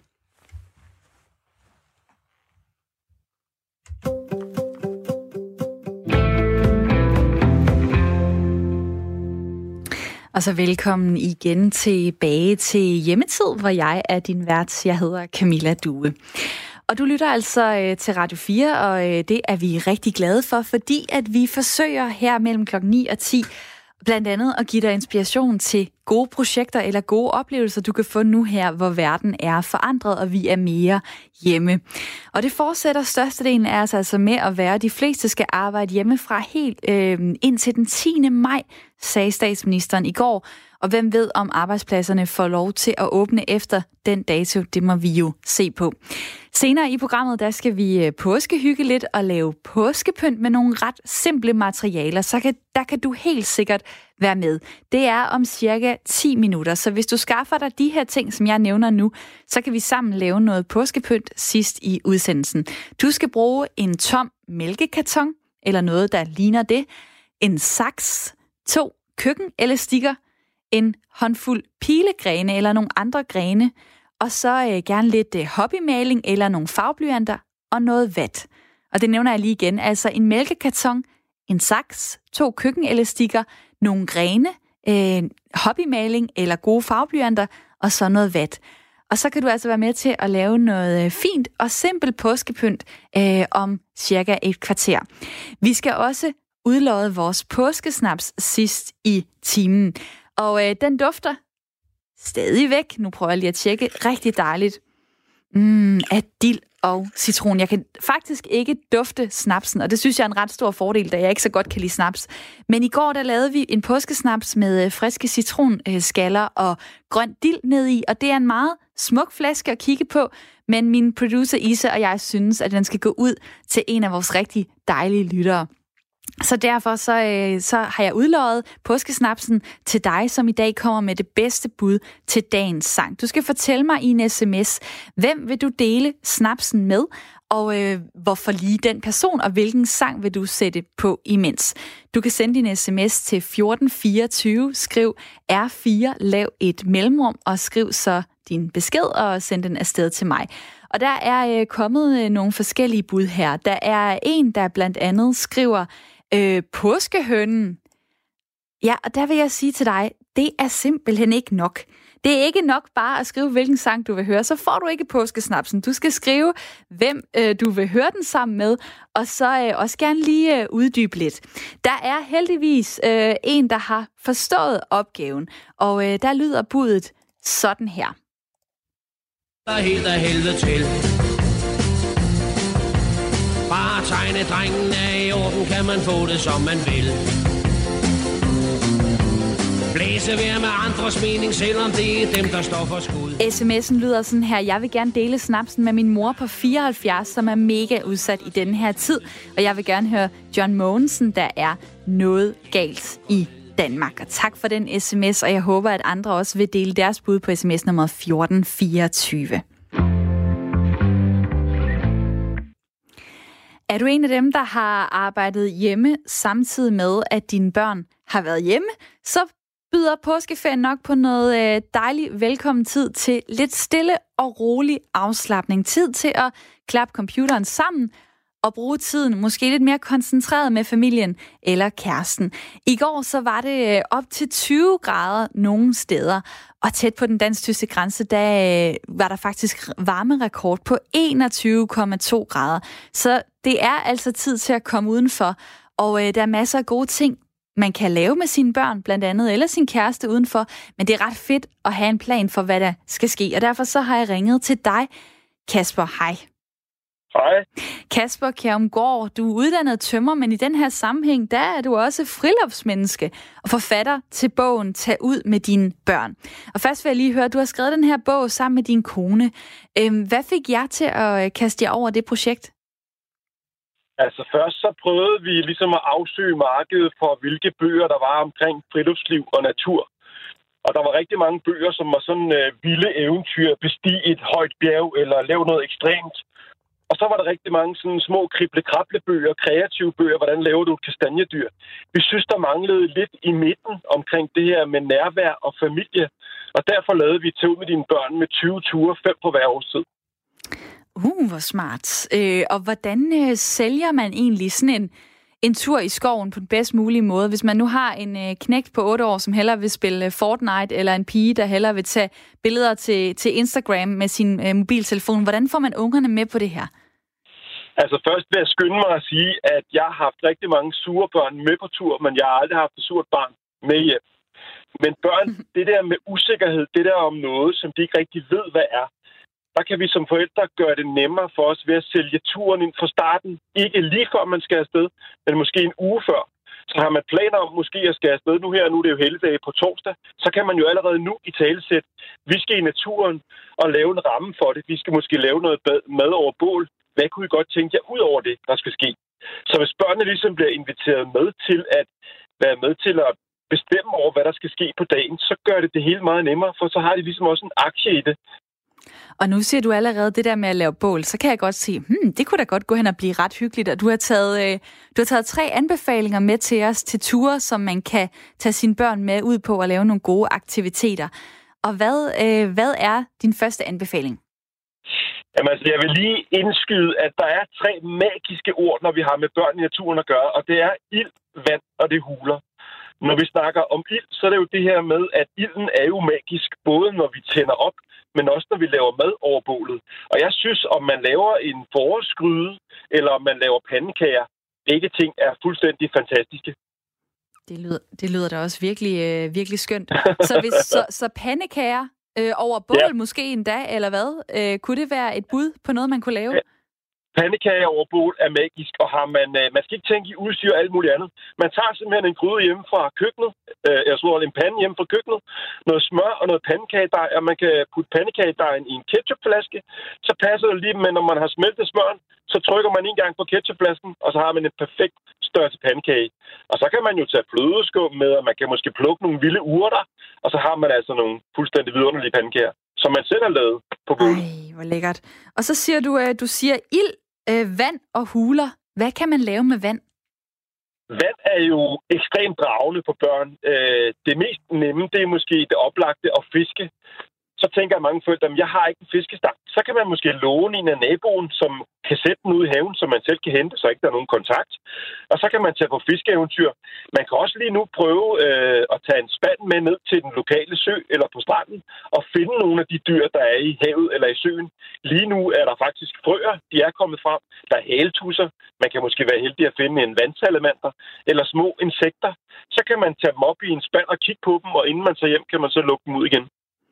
Og så velkommen igen tilbage til Hjemmetid, hvor jeg er din vært. Jeg hedder Camilla Due. Og du lytter altså til Radio 4, og det er vi rigtig glade for, fordi at vi forsøger her mellem klokken 9 og 10 blandt andet at give dig inspiration til gode projekter eller gode oplevelser, du kan få nu her, hvor verden er forandret, og vi er mere hjemme. Og det fortsætter størstedelen af os altså med at være, de fleste skal arbejde hjemmefra helt indtil den 10. maj, sagde statsministeren i går. Og hvem ved, om arbejdspladserne får lov til at åbne efter den dato, det må vi jo se på. Senere i programmet, der skal vi påskehygge lidt og lave påskepynt med nogle ret simple materialer, så der kan du helt sikkert være med. Det er om cirka 10 minutter, så hvis du skaffer dig de her ting, som jeg nævner nu, så kan vi sammen lave noget påskepynt sidst i udsendelsen. Du skal bruge en tom mælkekarton, eller noget, der ligner det, en saks, 2 køkkenelastikker, en håndfuld pilegrene eller nogle andre grene, og så gerne lidt hobbymaling eller nogle farveblyanter og noget vat. Og det nævner jeg lige igen, altså en mælkekarton, en saks, 2 køkkenelastikker, nogle grene, hobbymaling eller gode farveblyanter og så noget vat. Og så kan du altså være med til at lave noget fint og simpelt påskepynt om cirka et kvarter. Vi skal også udlodde vores påskesnaps sidst i timen. Og den dufter stadigvæk, nu prøver jeg lige at tjekke, rigtig dejligt, af dild og citron. Jeg kan faktisk ikke dufte snapsen, og det synes jeg er en ret stor fordel, da jeg ikke så godt kan lide snaps. Men i går, der lavede vi en påskesnaps med friske citronskaller og grøn dild ned i, og det er en meget smuk flaske at kigge på, men min producer Isa og jeg synes, at den skal gå ud til en af vores rigtig dejlige lyttere. Så derfor så har jeg udloddet påskesnapsen til dig, som i dag kommer med det bedste bud til dagens sang. Du skal fortælle mig i en sms, hvem vil du dele snapsen med, og hvorfor lige den person, og hvilken sang vil du sætte på imens. Du kan sende din sms til 1424, skriv R4, lav et mellemrum, og skriv så din besked og send den afsted til mig. Og der er kommet nogle forskellige bud her. Der er en, der blandt andet skriver påskehønnen. Ja, og der vil jeg sige til dig, det er simpelthen ikke nok. Det er ikke nok bare at skrive, hvilken sang du vil høre. Så får du ikke påskesnapsen. Du skal skrive, hvem du vil høre den sammen med, og så også gerne lige uddybe lidt. Der er heldigvis en, der har forstået opgaven, og der lyder budet sådan her. Der er helt af helvede til. Bare tegne drengen er i orden, kan man få det som man vil. Blæse vejr med andres mening, selvom det er dem, der står for skud. SMS'en lyder sådan her: jeg vil gerne dele snapsen med min mor på 74, som er mega udsat i denne her tid. Og jeg vil gerne høre John Mogensen, der er noget galt i Danmark. Og tak for den sms, og jeg håber, at andre også vil dele deres bud på sms nummer 1424. Er du en af dem, der har arbejdet hjemme samtidig med, at dine børn har været hjemme, så byder påskeferien nok på noget dejlig velkommen tid til lidt stille og rolig afslapning. Tid til at klappe computeren sammen og bruge tiden måske lidt mere koncentreret med familien eller kæresten. I går så var det op til 20 grader nogle steder, og tæt på den dansk-tyske grænse, der var der faktisk varmerekord på 21,2 grader. Så det er altså tid til at komme udenfor, og der er masser af gode ting, man kan lave med sine børn, blandt andet, eller sin kæreste udenfor, men det er ret fedt at have en plan for, hvad der skal ske. Og derfor så har jeg ringet til dig, Kasper. Hej. Hej. Kasper Kjærumgaard, du er uddannet tømrer, men i den her sammenhæng, der er du også friluftsmenneske og forfatter til bogen Tag ud med dine børn. Og først vil jeg lige høre, du har skrevet den her bog sammen med din kone. Hvad fik jer til at kaste jer over det projekt? Altså først så prøvede vi ligesom at afsøge markedet for, hvilke bøger der var omkring friluftsliv og natur. Og der var rigtig mange bøger, som var sådan vilde eventyr, bestige et højt bjerg eller lave noget ekstremt. Og så var der rigtig mange sådan små krible-krable-bøger, kreative bøger, hvordan laver du et kastanjedyr. Vi synes, der manglede lidt i midten omkring det her med nærvær og familie. Og derfor lavede vi Tag ud med dine børn med 20 ture, 5 på hver årstid. Hvor smart. Og hvordan sælger man egentlig sådan en tur i skoven på den bedst mulige måde? Hvis man nu har en knægt på 8 år, som hellere vil spille Fortnite, eller en pige, der hellere vil tage billeder til Instagram med sin mobiltelefon, hvordan får man ungerne med på det her? Altså først vil jeg skynde mig at sige, at jeg har haft rigtig mange sure børn med på tur, men jeg har aldrig haft et surt barn med hjem. Men børn, det der med usikkerhed, det der om noget, som de ikke rigtig ved, hvad er, der kan vi som forældre gøre det nemmere for os ved at sælge turen ind fra starten. Ikke lige før man skal afsted, men måske en uge før. Så har man planer om måske at skal afsted nu her, nu er det jo helligdag på torsdag, så kan man jo allerede nu i talesæt. Vi skal i naturen og lave en ramme for det. Vi skal måske lave noget mad over bål. Hvad kunne I godt tænke jer ud over det, der skal ske? Så hvis børnene ligesom bliver inviteret med til at være med til at bestemme over, hvad der skal ske på dagen, så gør det hele meget nemmere, for så har de ligesom også en aktie i det. Og nu siger du allerede det der med at lave bål, så kan jeg godt sige, det kunne da godt gå hen og blive ret hyggeligt, og du har taget 3 anbefalinger med til os til ture, som man kan tage sine børn med ud på og lave nogle gode aktiviteter. Og hvad er din første anbefaling? Jamen altså, jeg vil lige indskyde, at der er 3 magiske ord, når vi har med børn i naturen at gøre, og det er ild, vand og det huler. Når vi snakker om ild, så er det jo det her med, at ilden er jo magisk, både når vi tænder op, men også når vi laver mad over bålet. Og jeg synes, om man laver en forårsgryde, eller om man laver pandekager, begge ting er fuldstændig fantastiske. Det lyder da også virkelig skønt. Så pandekager over bål måske endda, eller hvad? Kunne det være et bud på noget, man kunne lave? Pandekager over bål er magisk, og har man skal ikke tænke i udstyr og alt muligt andet. Man tager simpelthen en gryde hjemme fra køkkenet, en pande hjemme fra køkkenet, noget smør og noget pandekagedej, og man kan putte pandekagedejen i en ketchupflaske. Så passer det lige med, når man har smeltet smøren, så trykker man en gang på ketchupflasken, og så har man en perfekt størrelse pandekage. Og så kan man jo tage flødeskum med, og man kan måske plukke nogle vilde urter, og så har man altså nogle fuldstændig vidunderlige pandekager, som man selv har lavet på bålet. Ej, hvor lækkert. Og så siger du siger ild, vand og huler. Hvad kan man lave med vand? Vand er jo ekstremt dragende på børn. Det mest nemme, det er måske det oplagte at fiske. Så tænker jeg mange forældre, at jeg har ikke en fiskestang. Så kan man måske låne en af naboen, som kan sætte den ud i haven, så man selv kan hente, så ikke der er nogen kontakt. Og så kan man tage på fiskeeventyr. Man kan også lige nu prøve at tage en spand med ned til den lokale sø eller på stranden og finde nogle af de dyr, der er i havet eller i søen. Lige nu er der faktisk frøer, de er kommet frem. Der er haletusser. Man kan måske være heldig at finde en vandsalamander eller små insekter. Så kan man tage dem op i en spand og kigge på dem, og inden man tager hjem, kan man så lukke dem ud igen.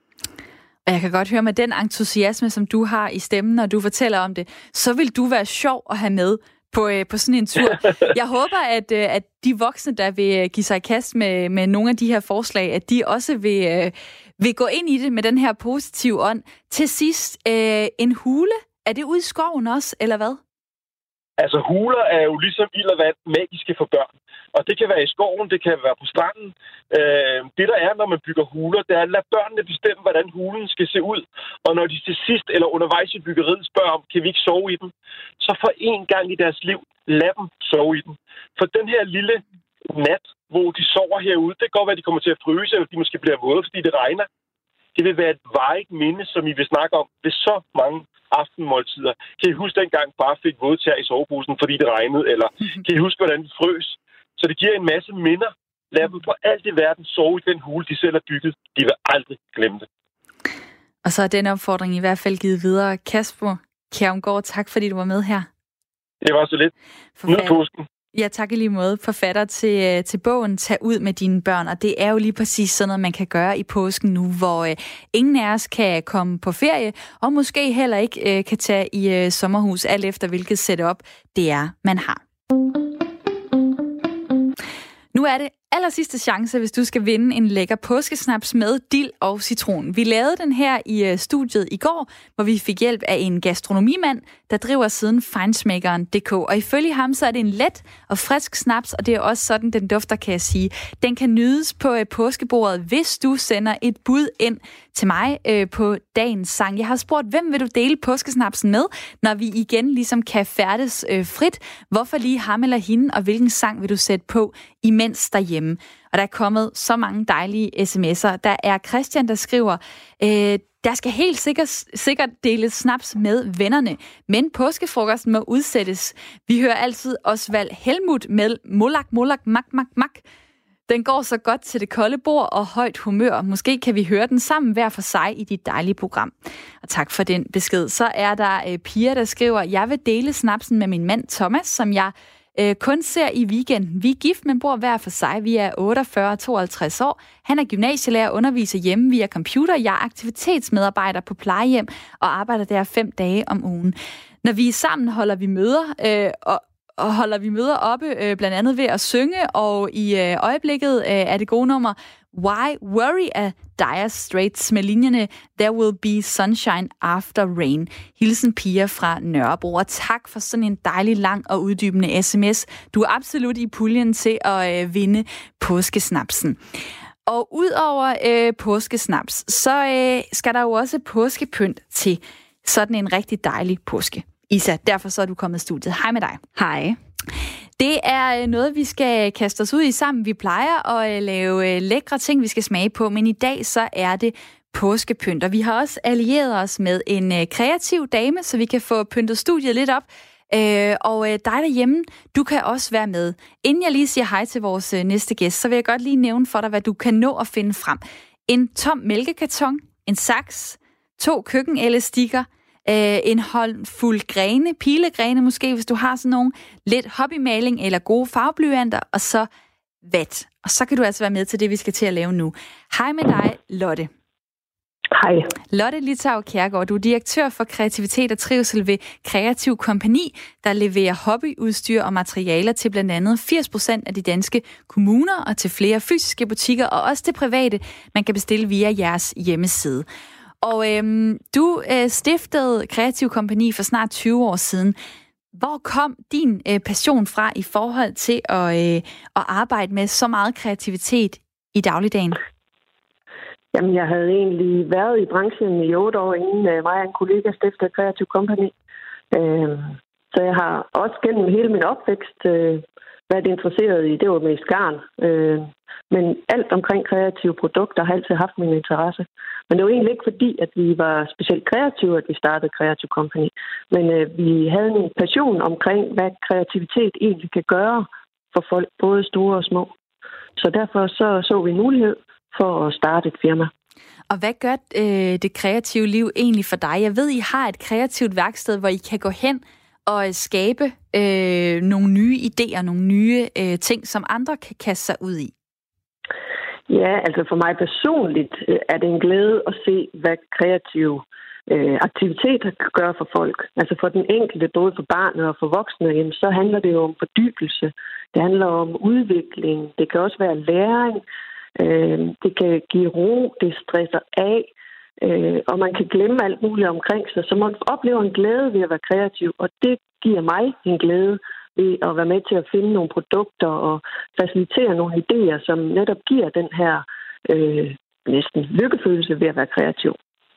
Og jeg kan godt høre med den entusiasme, som du har i stemmen, når du fortæller om det, så vil du være sjov at have med på sådan en tur. Jeg håber, at de voksne, der vil give sig i kast med nogle af de her forslag, at de også vil gå ind i det med den her positive ånd. Til sidst, en hule, er det ude i skoven også, eller hvad? Altså, huler er jo ligesom ild og vand magiske for børn. Og det kan være i skoven, det kan være på stranden. Det, der er, når man bygger huler, det er at lade børnene bestemme, hvordan hulen skal se ud. Og når de til sidst eller undervejs i byggeriet spørger om, kan vi ikke sove i den, så for en gang i deres liv, lad dem sove i den. For den her lille nat, hvor de sover herude, det kan godt være, at de kommer til at fryse, eller de måske bliver våde, fordi det regner. Det vil være et varigt minde, som I vil snakke om ved så mange aftenmåltider. Kan I huske dengang far fik vådtær i soveposen, fordi det regnede? Eller kan I huske, hvordan det frøs? Så det giver en masse minder. Lad dem på alt i verden sove i den hule, de selv har bygget. De vil aldrig glemme det. Og så er den opfordring i hvert fald givet videre. Kasper Kjærumgaard, tak fordi du var med her. Det var så lidt. Nyd påsken. Ja, tak i lige måde. Forfatter til bogen Tag ud med dine børn, og det er jo lige præcis sådan noget, man kan gøre i påsken nu, hvor ingen af os kan komme på ferie, og måske heller ikke kan tage i sommerhus, alt efter hvilket setup det er, man har. Nu er det aller sidste chance, hvis du skal vinde en lækker påskesnaps med dild og citron. Vi lavede den her i studiet i går, hvor vi fik hjælp af en gastronomimand, der driver siden Feinschmeckeren.dk. Og ifølge ham, så er det en let og frisk snaps, og det er også sådan, den dufter, kan jeg sige. Den kan nydes på påskebordet, hvis du sender et bud ind til mig på dagens sang. Jeg har spurgt, hvem vil du dele påskesnapsen med, når vi igen ligesom kan færdes frit? Hvorfor lige ham eller hende, og hvilken sang vil du sætte på imens derhjemme? Og der er kommet så mange dejlige sms'er. Der er Christian, der skriver, der skal helt sikkert deles snaps med vennerne, men påskefrokosten må udsættes. Vi hører altid Osvald Helmut med Molak, Molak, Mak, Mak, Mak. Den går så godt til det kolde bord og højt humør. Måske kan vi høre den sammen hver for sig i dit dejlige program. Og tak for den besked. Så er der Pia, der skriver, jeg vil dele snapsen med min mand Thomas, som jeg kun ser i weekenden. Vi er gift, men bor hver for sig. Vi er 48 og 52 år. Han er gymnasielærer og underviser hjemme via computer. Jeg er aktivitetsmedarbejder på plejehjem og arbejder der 5 dage om ugen. Når vi er sammen, holder vi møder oppe, blandt andet ved at synge, og i øjeblikket er det gode nummer Why Worry af Dire Straits med linjerne There Will Be Sunshine After Rain. Hilsen Pia fra Nørrebro, og tak for sådan en dejlig, lang og uddybende sms. Du er absolut i puljen til at vinde påskesnapsen. Og udover påskesnaps, så skal der jo også påskepynt til sådan en rigtig dejlig påske. Isa, derfor så er du kommet i studiet. Hej med dig. Hej. Det er noget, vi skal kaste os ud i sammen. Vi plejer at lave lækre ting, vi skal smage på, men i dag så er det påskepynt. Og vi har også allieret os med en kreativ dame, så vi kan få pyntet studiet lidt op. Og dig derhjemme, du kan også være med. Inden jeg lige siger hej til vores næste gæst, så vil jeg godt lige nævne for dig, hvad du kan nå at finde frem. En tom mælkekarton, en saks, 2 køkkenelastikker, en håndfuld grene, pilegrene måske, hvis du har sådan nogle, lidt hobbymaling eller gode farveblyanter, og så vat. Og så kan du altså være med til det, vi skal til at lave nu. Hej med dig, Lotte. Hej. Lotte Litav Kjærgaard, du er direktør for kreativitet og trivsel ved Kreativ Kompani, der leverer hobbyudstyr og materialer til blandt andet 80% af de danske kommuner og til flere fysiske butikker, og også til private, man kan bestille via jeres hjemmeside. Og du stiftede Kreativ Kompani for snart 20 år siden. Hvor kom din passion fra i forhold til at arbejde med så meget kreativitet i dagligdagen? Jamen, jeg havde egentlig været i branchen i 8 år, inden mig og en kollega stiftede Kreativ Kompani. Så jeg har også gennem hele min opvækst været interesseret i, det var mest garn. Men alt omkring kreative produkter har altid haft min interesse. Men det var egentlig ikke fordi, at vi var specielt kreative, at vi startede Kreativ Kompani. Men vi havde en passion omkring, hvad kreativitet egentlig kan gøre for folk, både store og små. Så derfor så vi en mulighed for at starte et firma. Og hvad gør det kreative liv egentlig for dig? Jeg ved, I har et kreativt værksted, hvor I kan gå hen og skabe nogle nye idéer, nogle nye ting, som andre kan kaste sig ud i. Ja, altså for mig personligt er det en glæde at se, hvad kreative aktiviteter kan gøre for folk. Altså for den enkelte, både for barnet og for voksne, jamen, så handler det jo om fordybelse. Det handler om udvikling. Det kan også være læring. Det kan give ro. Det stresser af. Og man kan glemme alt muligt omkring sig. Så man oplever en glæde ved at være kreativ, og det giver mig en glæde ved at være med til at finde nogle produkter og facilitere nogle idéer, som netop giver den her næsten lykkefølelse ved at være kreativ.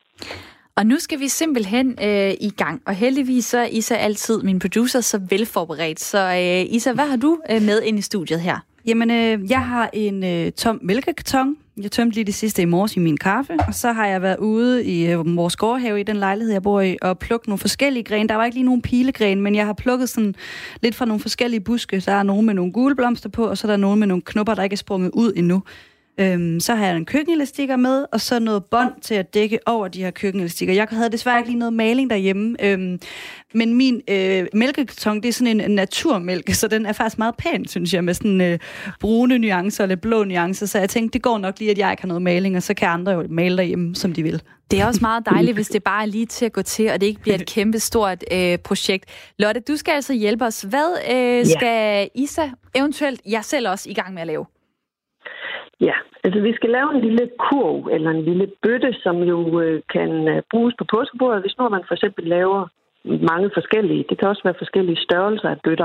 Og nu skal vi simpelthen i gang. Og heldigvis så er Isa altid, min producer, så velforberedt. Så Isa, hvad har du med ind i studiet her? Jamen, jeg har en tom mælkekarton. Jeg tømte lige det sidste i morges i min kaffe. Og så har jeg været ude i vores gårdhave i den lejlighed, jeg bor i, og plukket nogle forskellige grene. Der var ikke lige nogen pilegren, men jeg har plukket sådan lidt fra nogle forskellige buske. Der er nogle med nogle gule blomster på, og så er der nogle med nogle knopper, der ikke er sprunget ud endnu. Så har jeg en køkkenelastikker med, og så noget bånd til at dække over de her køkkenelastikker. Jeg havde desværre ikke lige noget maling derhjemme, men min mælkekarton, det er sådan en naturmælk, så den er faktisk meget pæn, synes jeg, med sådan brune nuancer eller blå nuancer, så jeg tænkte, det går nok lige, at jeg ikke har noget maling, og så kan andre jo male derhjemme, som de vil. Det er også meget dejligt, hvis det bare er lige til at gå til, og det ikke bliver et kæmpe stort projekt. Lotte, du skal altså hjælpe os. Hvad skal Isa, eventuelt jeg selv også, i gang med at lave? Ja, altså vi skal lave en lille kurv eller en lille bøtte, som jo kan bruges på påskebordet, hvis nu man for eksempel laver mange forskellige. Det kan også være forskellige størrelser af bøtter.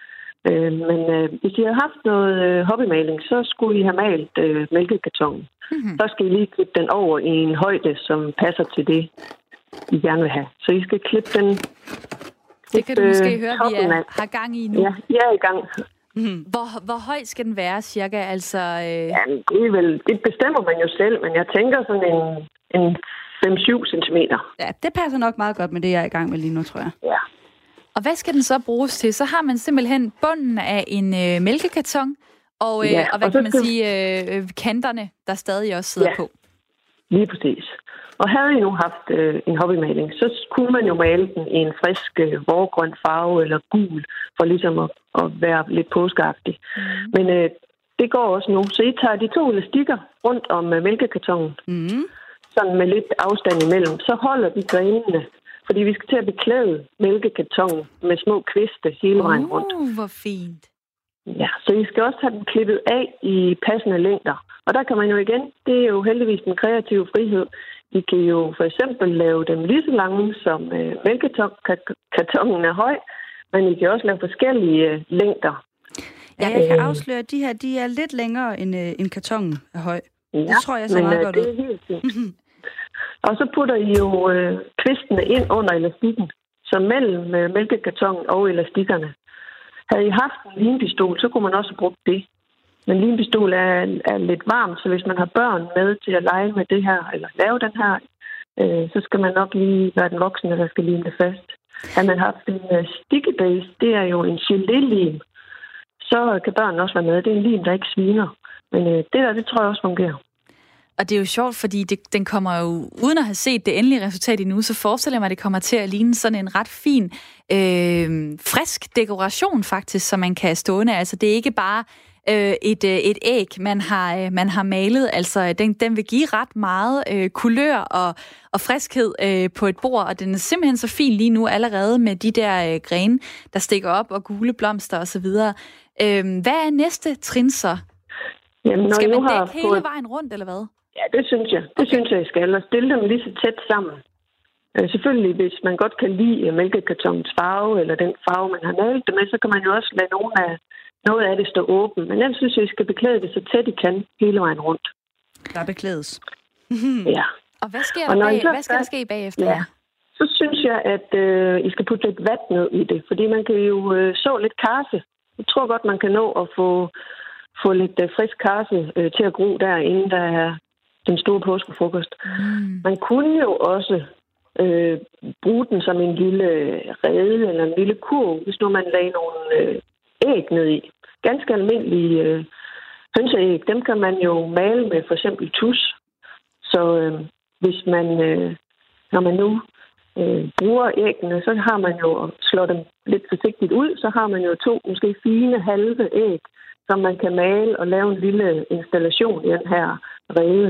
Men hvis I har haft noget hobbymaling, så skulle I have malet mælkekartonen. Mm-hmm. Så skal I lige klippe den over i en højde, som passer til det, I gerne vil have. Så I skal klippe den. Det kan du måske høre, vi har gang i nu. Ja, jeg er i gang. Mm. Hvor høj skal den være, cirka? Altså, Jamen, det bestemmer man jo selv, men jeg tænker sådan en 5-7 centimeter. Ja, det passer nok meget godt med det, jeg er i gang med lige nu, tror jeg. Ja. Og hvad skal den så bruges til? Så har man simpelthen bunden af en mælkekarton, og hvad kan man sige, kanterne, der stadig også sidder på. Lige præcis. Og havde I nu haft en hobbymaling, så kunne man jo male den i en frisk vårgrøn farve eller gul, for ligesom at være lidt påskeagtig. Men det går også nu. Så I tager de 2 elastikker rundt om mælkekartonen, sådan med lidt afstand imellem. Så holder de grenene, fordi vi skal til at beklæde mælkekartonen med små kviste hele vejen rundt. Hvor fint. Ja, så I skal også have den klippet af i passende længder. Og der kan man jo igen, det er jo heldigvis den kreative frihed. I kan jo for eksempel lave dem lige så lange, som mælkekartonen er høj, men I kan også lave forskellige længder. Ja, jeg kan afsløre, at de her de er lidt længere end kartonen er høj. Ja, det tror jeg så meget godt ud. Det er helt fint. Og så putter I jo kvistene ind under elastikken, så mellem mælkekartonen og elastikkerne. Havde I haft en limpistol, så kunne man også bruge det. Men limpistol er lidt varmt, så hvis man har børn med til at lege med det her, eller lave den her, så skal man nok lige være den voksne, der skal lime det fast. Har man haft en sticky base, det er jo en gelé-lim, så kan børn også være med. Det er en lim, der ikke sviner. Men det tror jeg også fungerer. Og det er jo sjovt, fordi den kommer jo, uden at have set det endelige resultat endnu, så forestiller jeg mig, at det kommer til at ligne sådan en ret fin, frisk dekoration faktisk, som man kan stående. Altså det er ikke bare et æg, man har malet. Altså den vil give ret meget kulør og friskhed på et bord, og den er simpelthen så fin lige nu allerede med de der grene, der stikker op, og gule blomster osv. Hvad er næste trin så? Jamen, skal man dække hele vejen rundt, eller hvad? Ja, det synes jeg. Det synes jeg, I skal. Og stille dem lige så tæt sammen. Selvfølgelig, hvis man godt kan lide mælkekartonens farve, eller den farve, man har malet det med, så kan man jo også lade noget af det stå åbent. Men jeg synes, I skal beklæde det så tæt I kan hele vejen rundt. Der beklædes. Ja. Og hvad skal der ske bagefter? Ja. Så synes jeg, at I skal putte lidt vand ned i det, fordi man kan jo så lidt karse. Jeg tror godt, man kan nå at få lidt frisk karse til at gro der, inden der er den store påskefrokost. Man kunne jo også bruge den som en lille rede eller en lille kurv, hvis nu man lagde nogle æg ned i. Ganske almindelige hønseæg, dem kan man jo male med for eksempel tus. Så hvis man, når man nu bruger æggene, så har man jo slået dem lidt forsigtigt ud, så har man jo 2 måske fine halve æg, som man kan male og lave en lille installation i den her rede.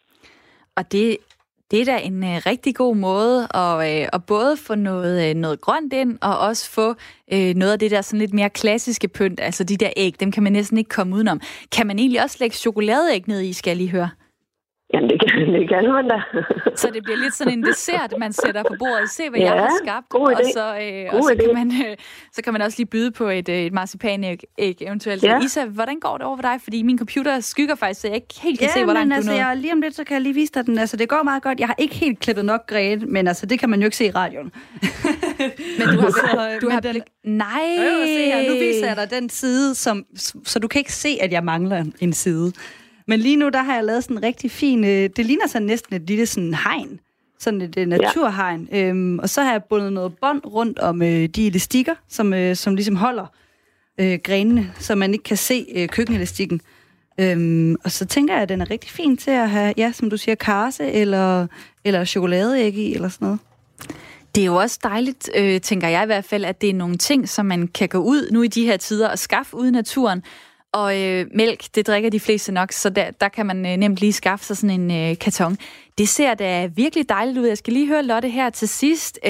Og det er da en rigtig god måde at både få noget grønt ind, og også få noget af det der sådan lidt mere klassiske pynt, altså de der æg, dem kan man næsten ikke komme udenom. Kan man egentlig også lægge chokoladeæg ned i, skal jeg lige høre? Jamen, det kan man da. Så det bliver lidt sådan en dessert, man sætter på bordet. Se, hvad jeg har skabt. God idé. Og så kan man også lige byde på et marcipanæg eventuelt. Ja. Isa, hvordan går det over for dig? Fordi min computer skygger faktisk, så jeg ikke helt kan se, hvor langt du nåede. Lige om lidt, så kan jeg lige vise dig den. Altså, det går meget godt. Jeg har ikke helt klippet nok grene, men altså, det kan man jo ikke se i radioen. Men du har nej. Se her, nu viser jeg dig den side, så du kan ikke se, at jeg mangler en side. Men lige nu, der har jeg lavet sådan en rigtig fin... det ligner så næsten et lille sådan hegn. Sådan et naturhegn. Og så har jeg bundet noget bånd rundt om de elastikker, som ligesom holder grenene, så man ikke kan se køkkenelastikken. Og så tænker jeg, at den er rigtig fin til at have, ja, som du siger, karse eller chokoladeæg i, eller sådan noget. Det er jo også dejligt, tænker jeg i hvert fald, at det er nogle ting, som man kan gå ud nu i de her tider og skaffe ude i naturen. Og mælk, det drikker de fleste nok, så der kan man nemt lige skaffe sig sådan en karton. Det ser da virkelig dejligt ud. Jeg skal lige høre Lotte her til sidst.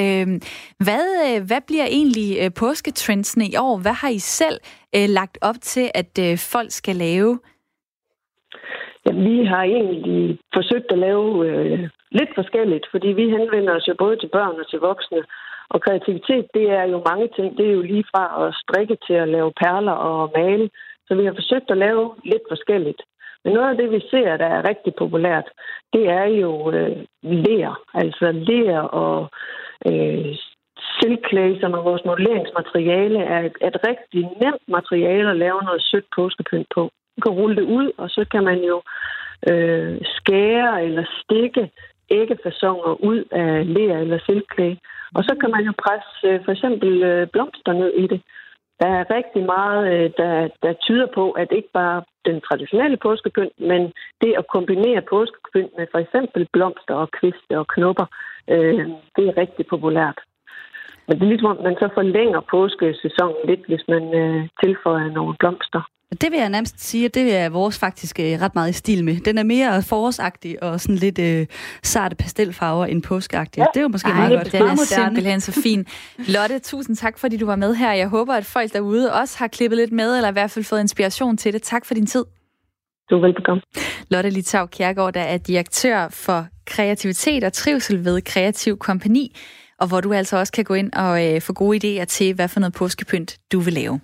Hvad bliver egentlig påsketrendsene i år? Hvad har I selv lagt op til, at folk skal lave? Ja, vi har egentlig forsøgt at lave lidt forskelligt, fordi vi henvender os jo både til børn og til voksne. Og kreativitet, det er jo mange ting. Det er jo lige fra at strikke til at lave perler og male. Så vi har forsøgt at lave lidt forskelligt. Men noget af det, vi ser, der er rigtig populært, det er jo ler. Altså ler og silkclay, som er vores modelleringsmateriale, er et rigtig nemt materiale at lave noget sødt påskepynt på. Man kan rulle det ud, og så kan man jo skære eller stikke æggefasoner ud af ler eller silkclay. Og så kan man jo presse for eksempel blomster ned i det. Der er rigtig meget, der tyder på, at ikke bare den traditionelle påskepynt, men det at kombinere påskepynt med for eksempel blomster og kviste og knopper, det er rigtig populært. Men det er ligesom, at man så forlænger påskesæsonen lidt, hvis man tilføjer nogle blomster. Det vil jeg nærmest sige, at det er vores faktisk ret meget i stil med. Den er mere forårsagtig og sådan lidt sarte pastelfarver end påskeagtig. Ja. Det er jo måske meget godt. Den er simpelthen så fin. Lotte, tusind tak, fordi du var med her. Jeg håber, at folk derude også har klippet lidt med, eller i hvert fald fået inspiration til det. Tak for din tid. Du er velbekomme. Lotte Litav Kjærgaard, der er direktør for kreativitet og trivsel ved Kreativ Kompagni, og hvor du altså også kan gå ind og få gode idéer til, hvad for noget påskepynt du vil lave.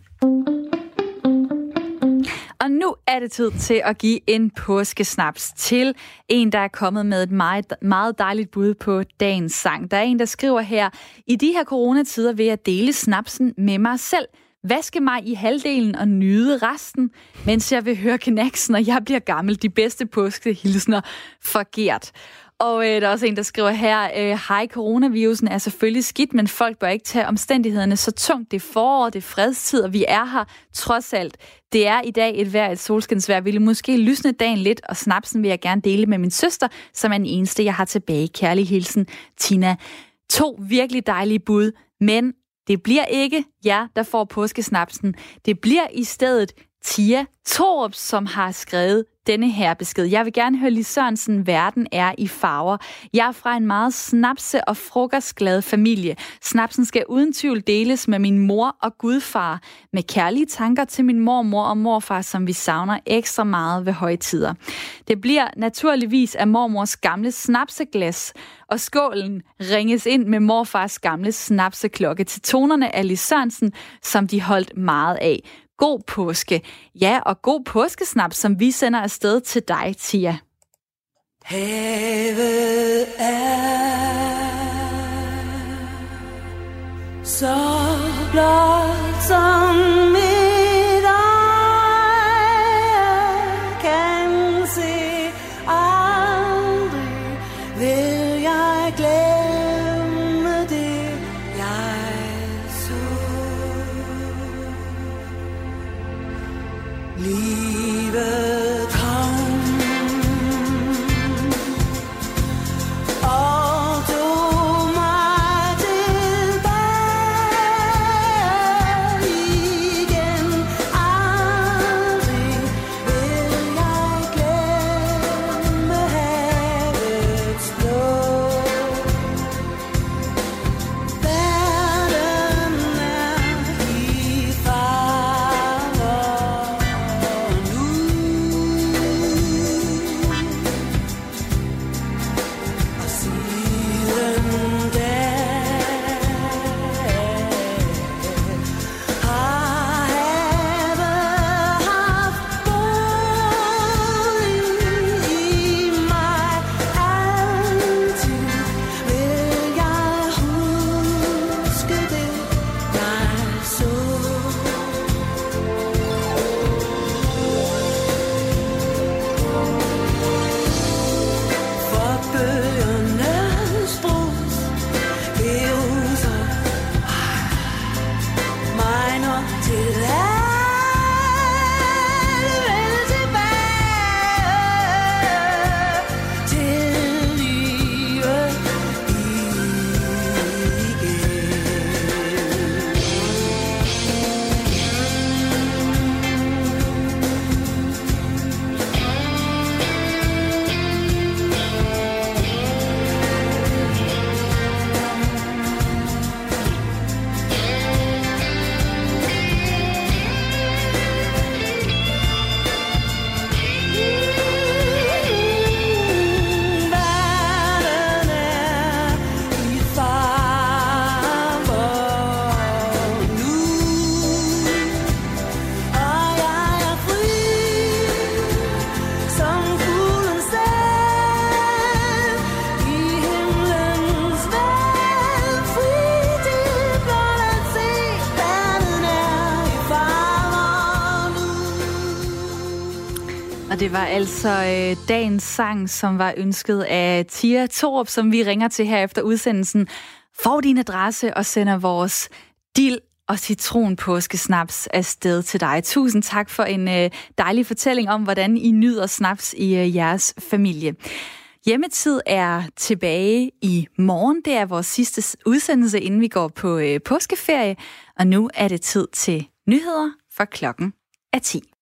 Og nu er det tid til at give en påskesnaps til en, der er kommet med et meget, meget dejligt bud på dagens sang. Der er en, der skriver her: i de her coronatider vil jeg dele snapsen med mig selv. Vaske mig i halvdelen og nyde resten, mens jeg vil høre Knacks, når jeg bliver gammel. De bedste påskehilsner for Gert. Og der er også en, der skriver her: hej, coronavirusen er selvfølgelig skidt, men folk bør ikke tage omstændighederne så tungt. Det er forår, det er fredstid, og vi er her trods alt. Det er i dag et solskinsvejr. Ville måske lysne dagen lidt, og snapsen vil jeg gerne dele med min søster, som er den eneste, jeg har tilbage. Kærlig hilsen, Tina. 2 virkelig dejlige bud, men det bliver ikke jer, der får påskesnapsen. Det bliver i stedet Tia Thorup, som har skrevet denne her besked. Jeg vil gerne høre Lis Sørensen, verden er i farver. Jeg er fra en meget snapse- og frokostglad familie. Snapsen skal uden tvivl deles med min mor og gudfar, med kærlige tanker til min mormor og morfar, som vi savner ekstra meget ved højtider. Det bliver naturligvis af mormors gamle snapseglas, og skålen ringes ind med morfars gamle snapseklokke til tonerne af Lis Sørensen, som de holdt meget af. God påske. Ja, og god påskesnaps, som vi sender afsted til dig, Tia. Havet er så blot som mit øje kan se. Aldrig vil jeg glemme det, jeg så. Livet kom og tog mig tilbage Og det var altså dagens sang, som var ønsket af Tia Thorup, som vi ringer til her efter udsendelsen. Får din adresse og sender vores dild og citronpåskesnaps afsted til dig. Tusind tak for en dejlig fortælling om, hvordan I nyder snaps i jeres familie. Hjemmetid er tilbage i morgen. Det er vores sidste udsendelse, inden vi går på påskeferie. Og nu er det tid til nyheder, for klokken er 10.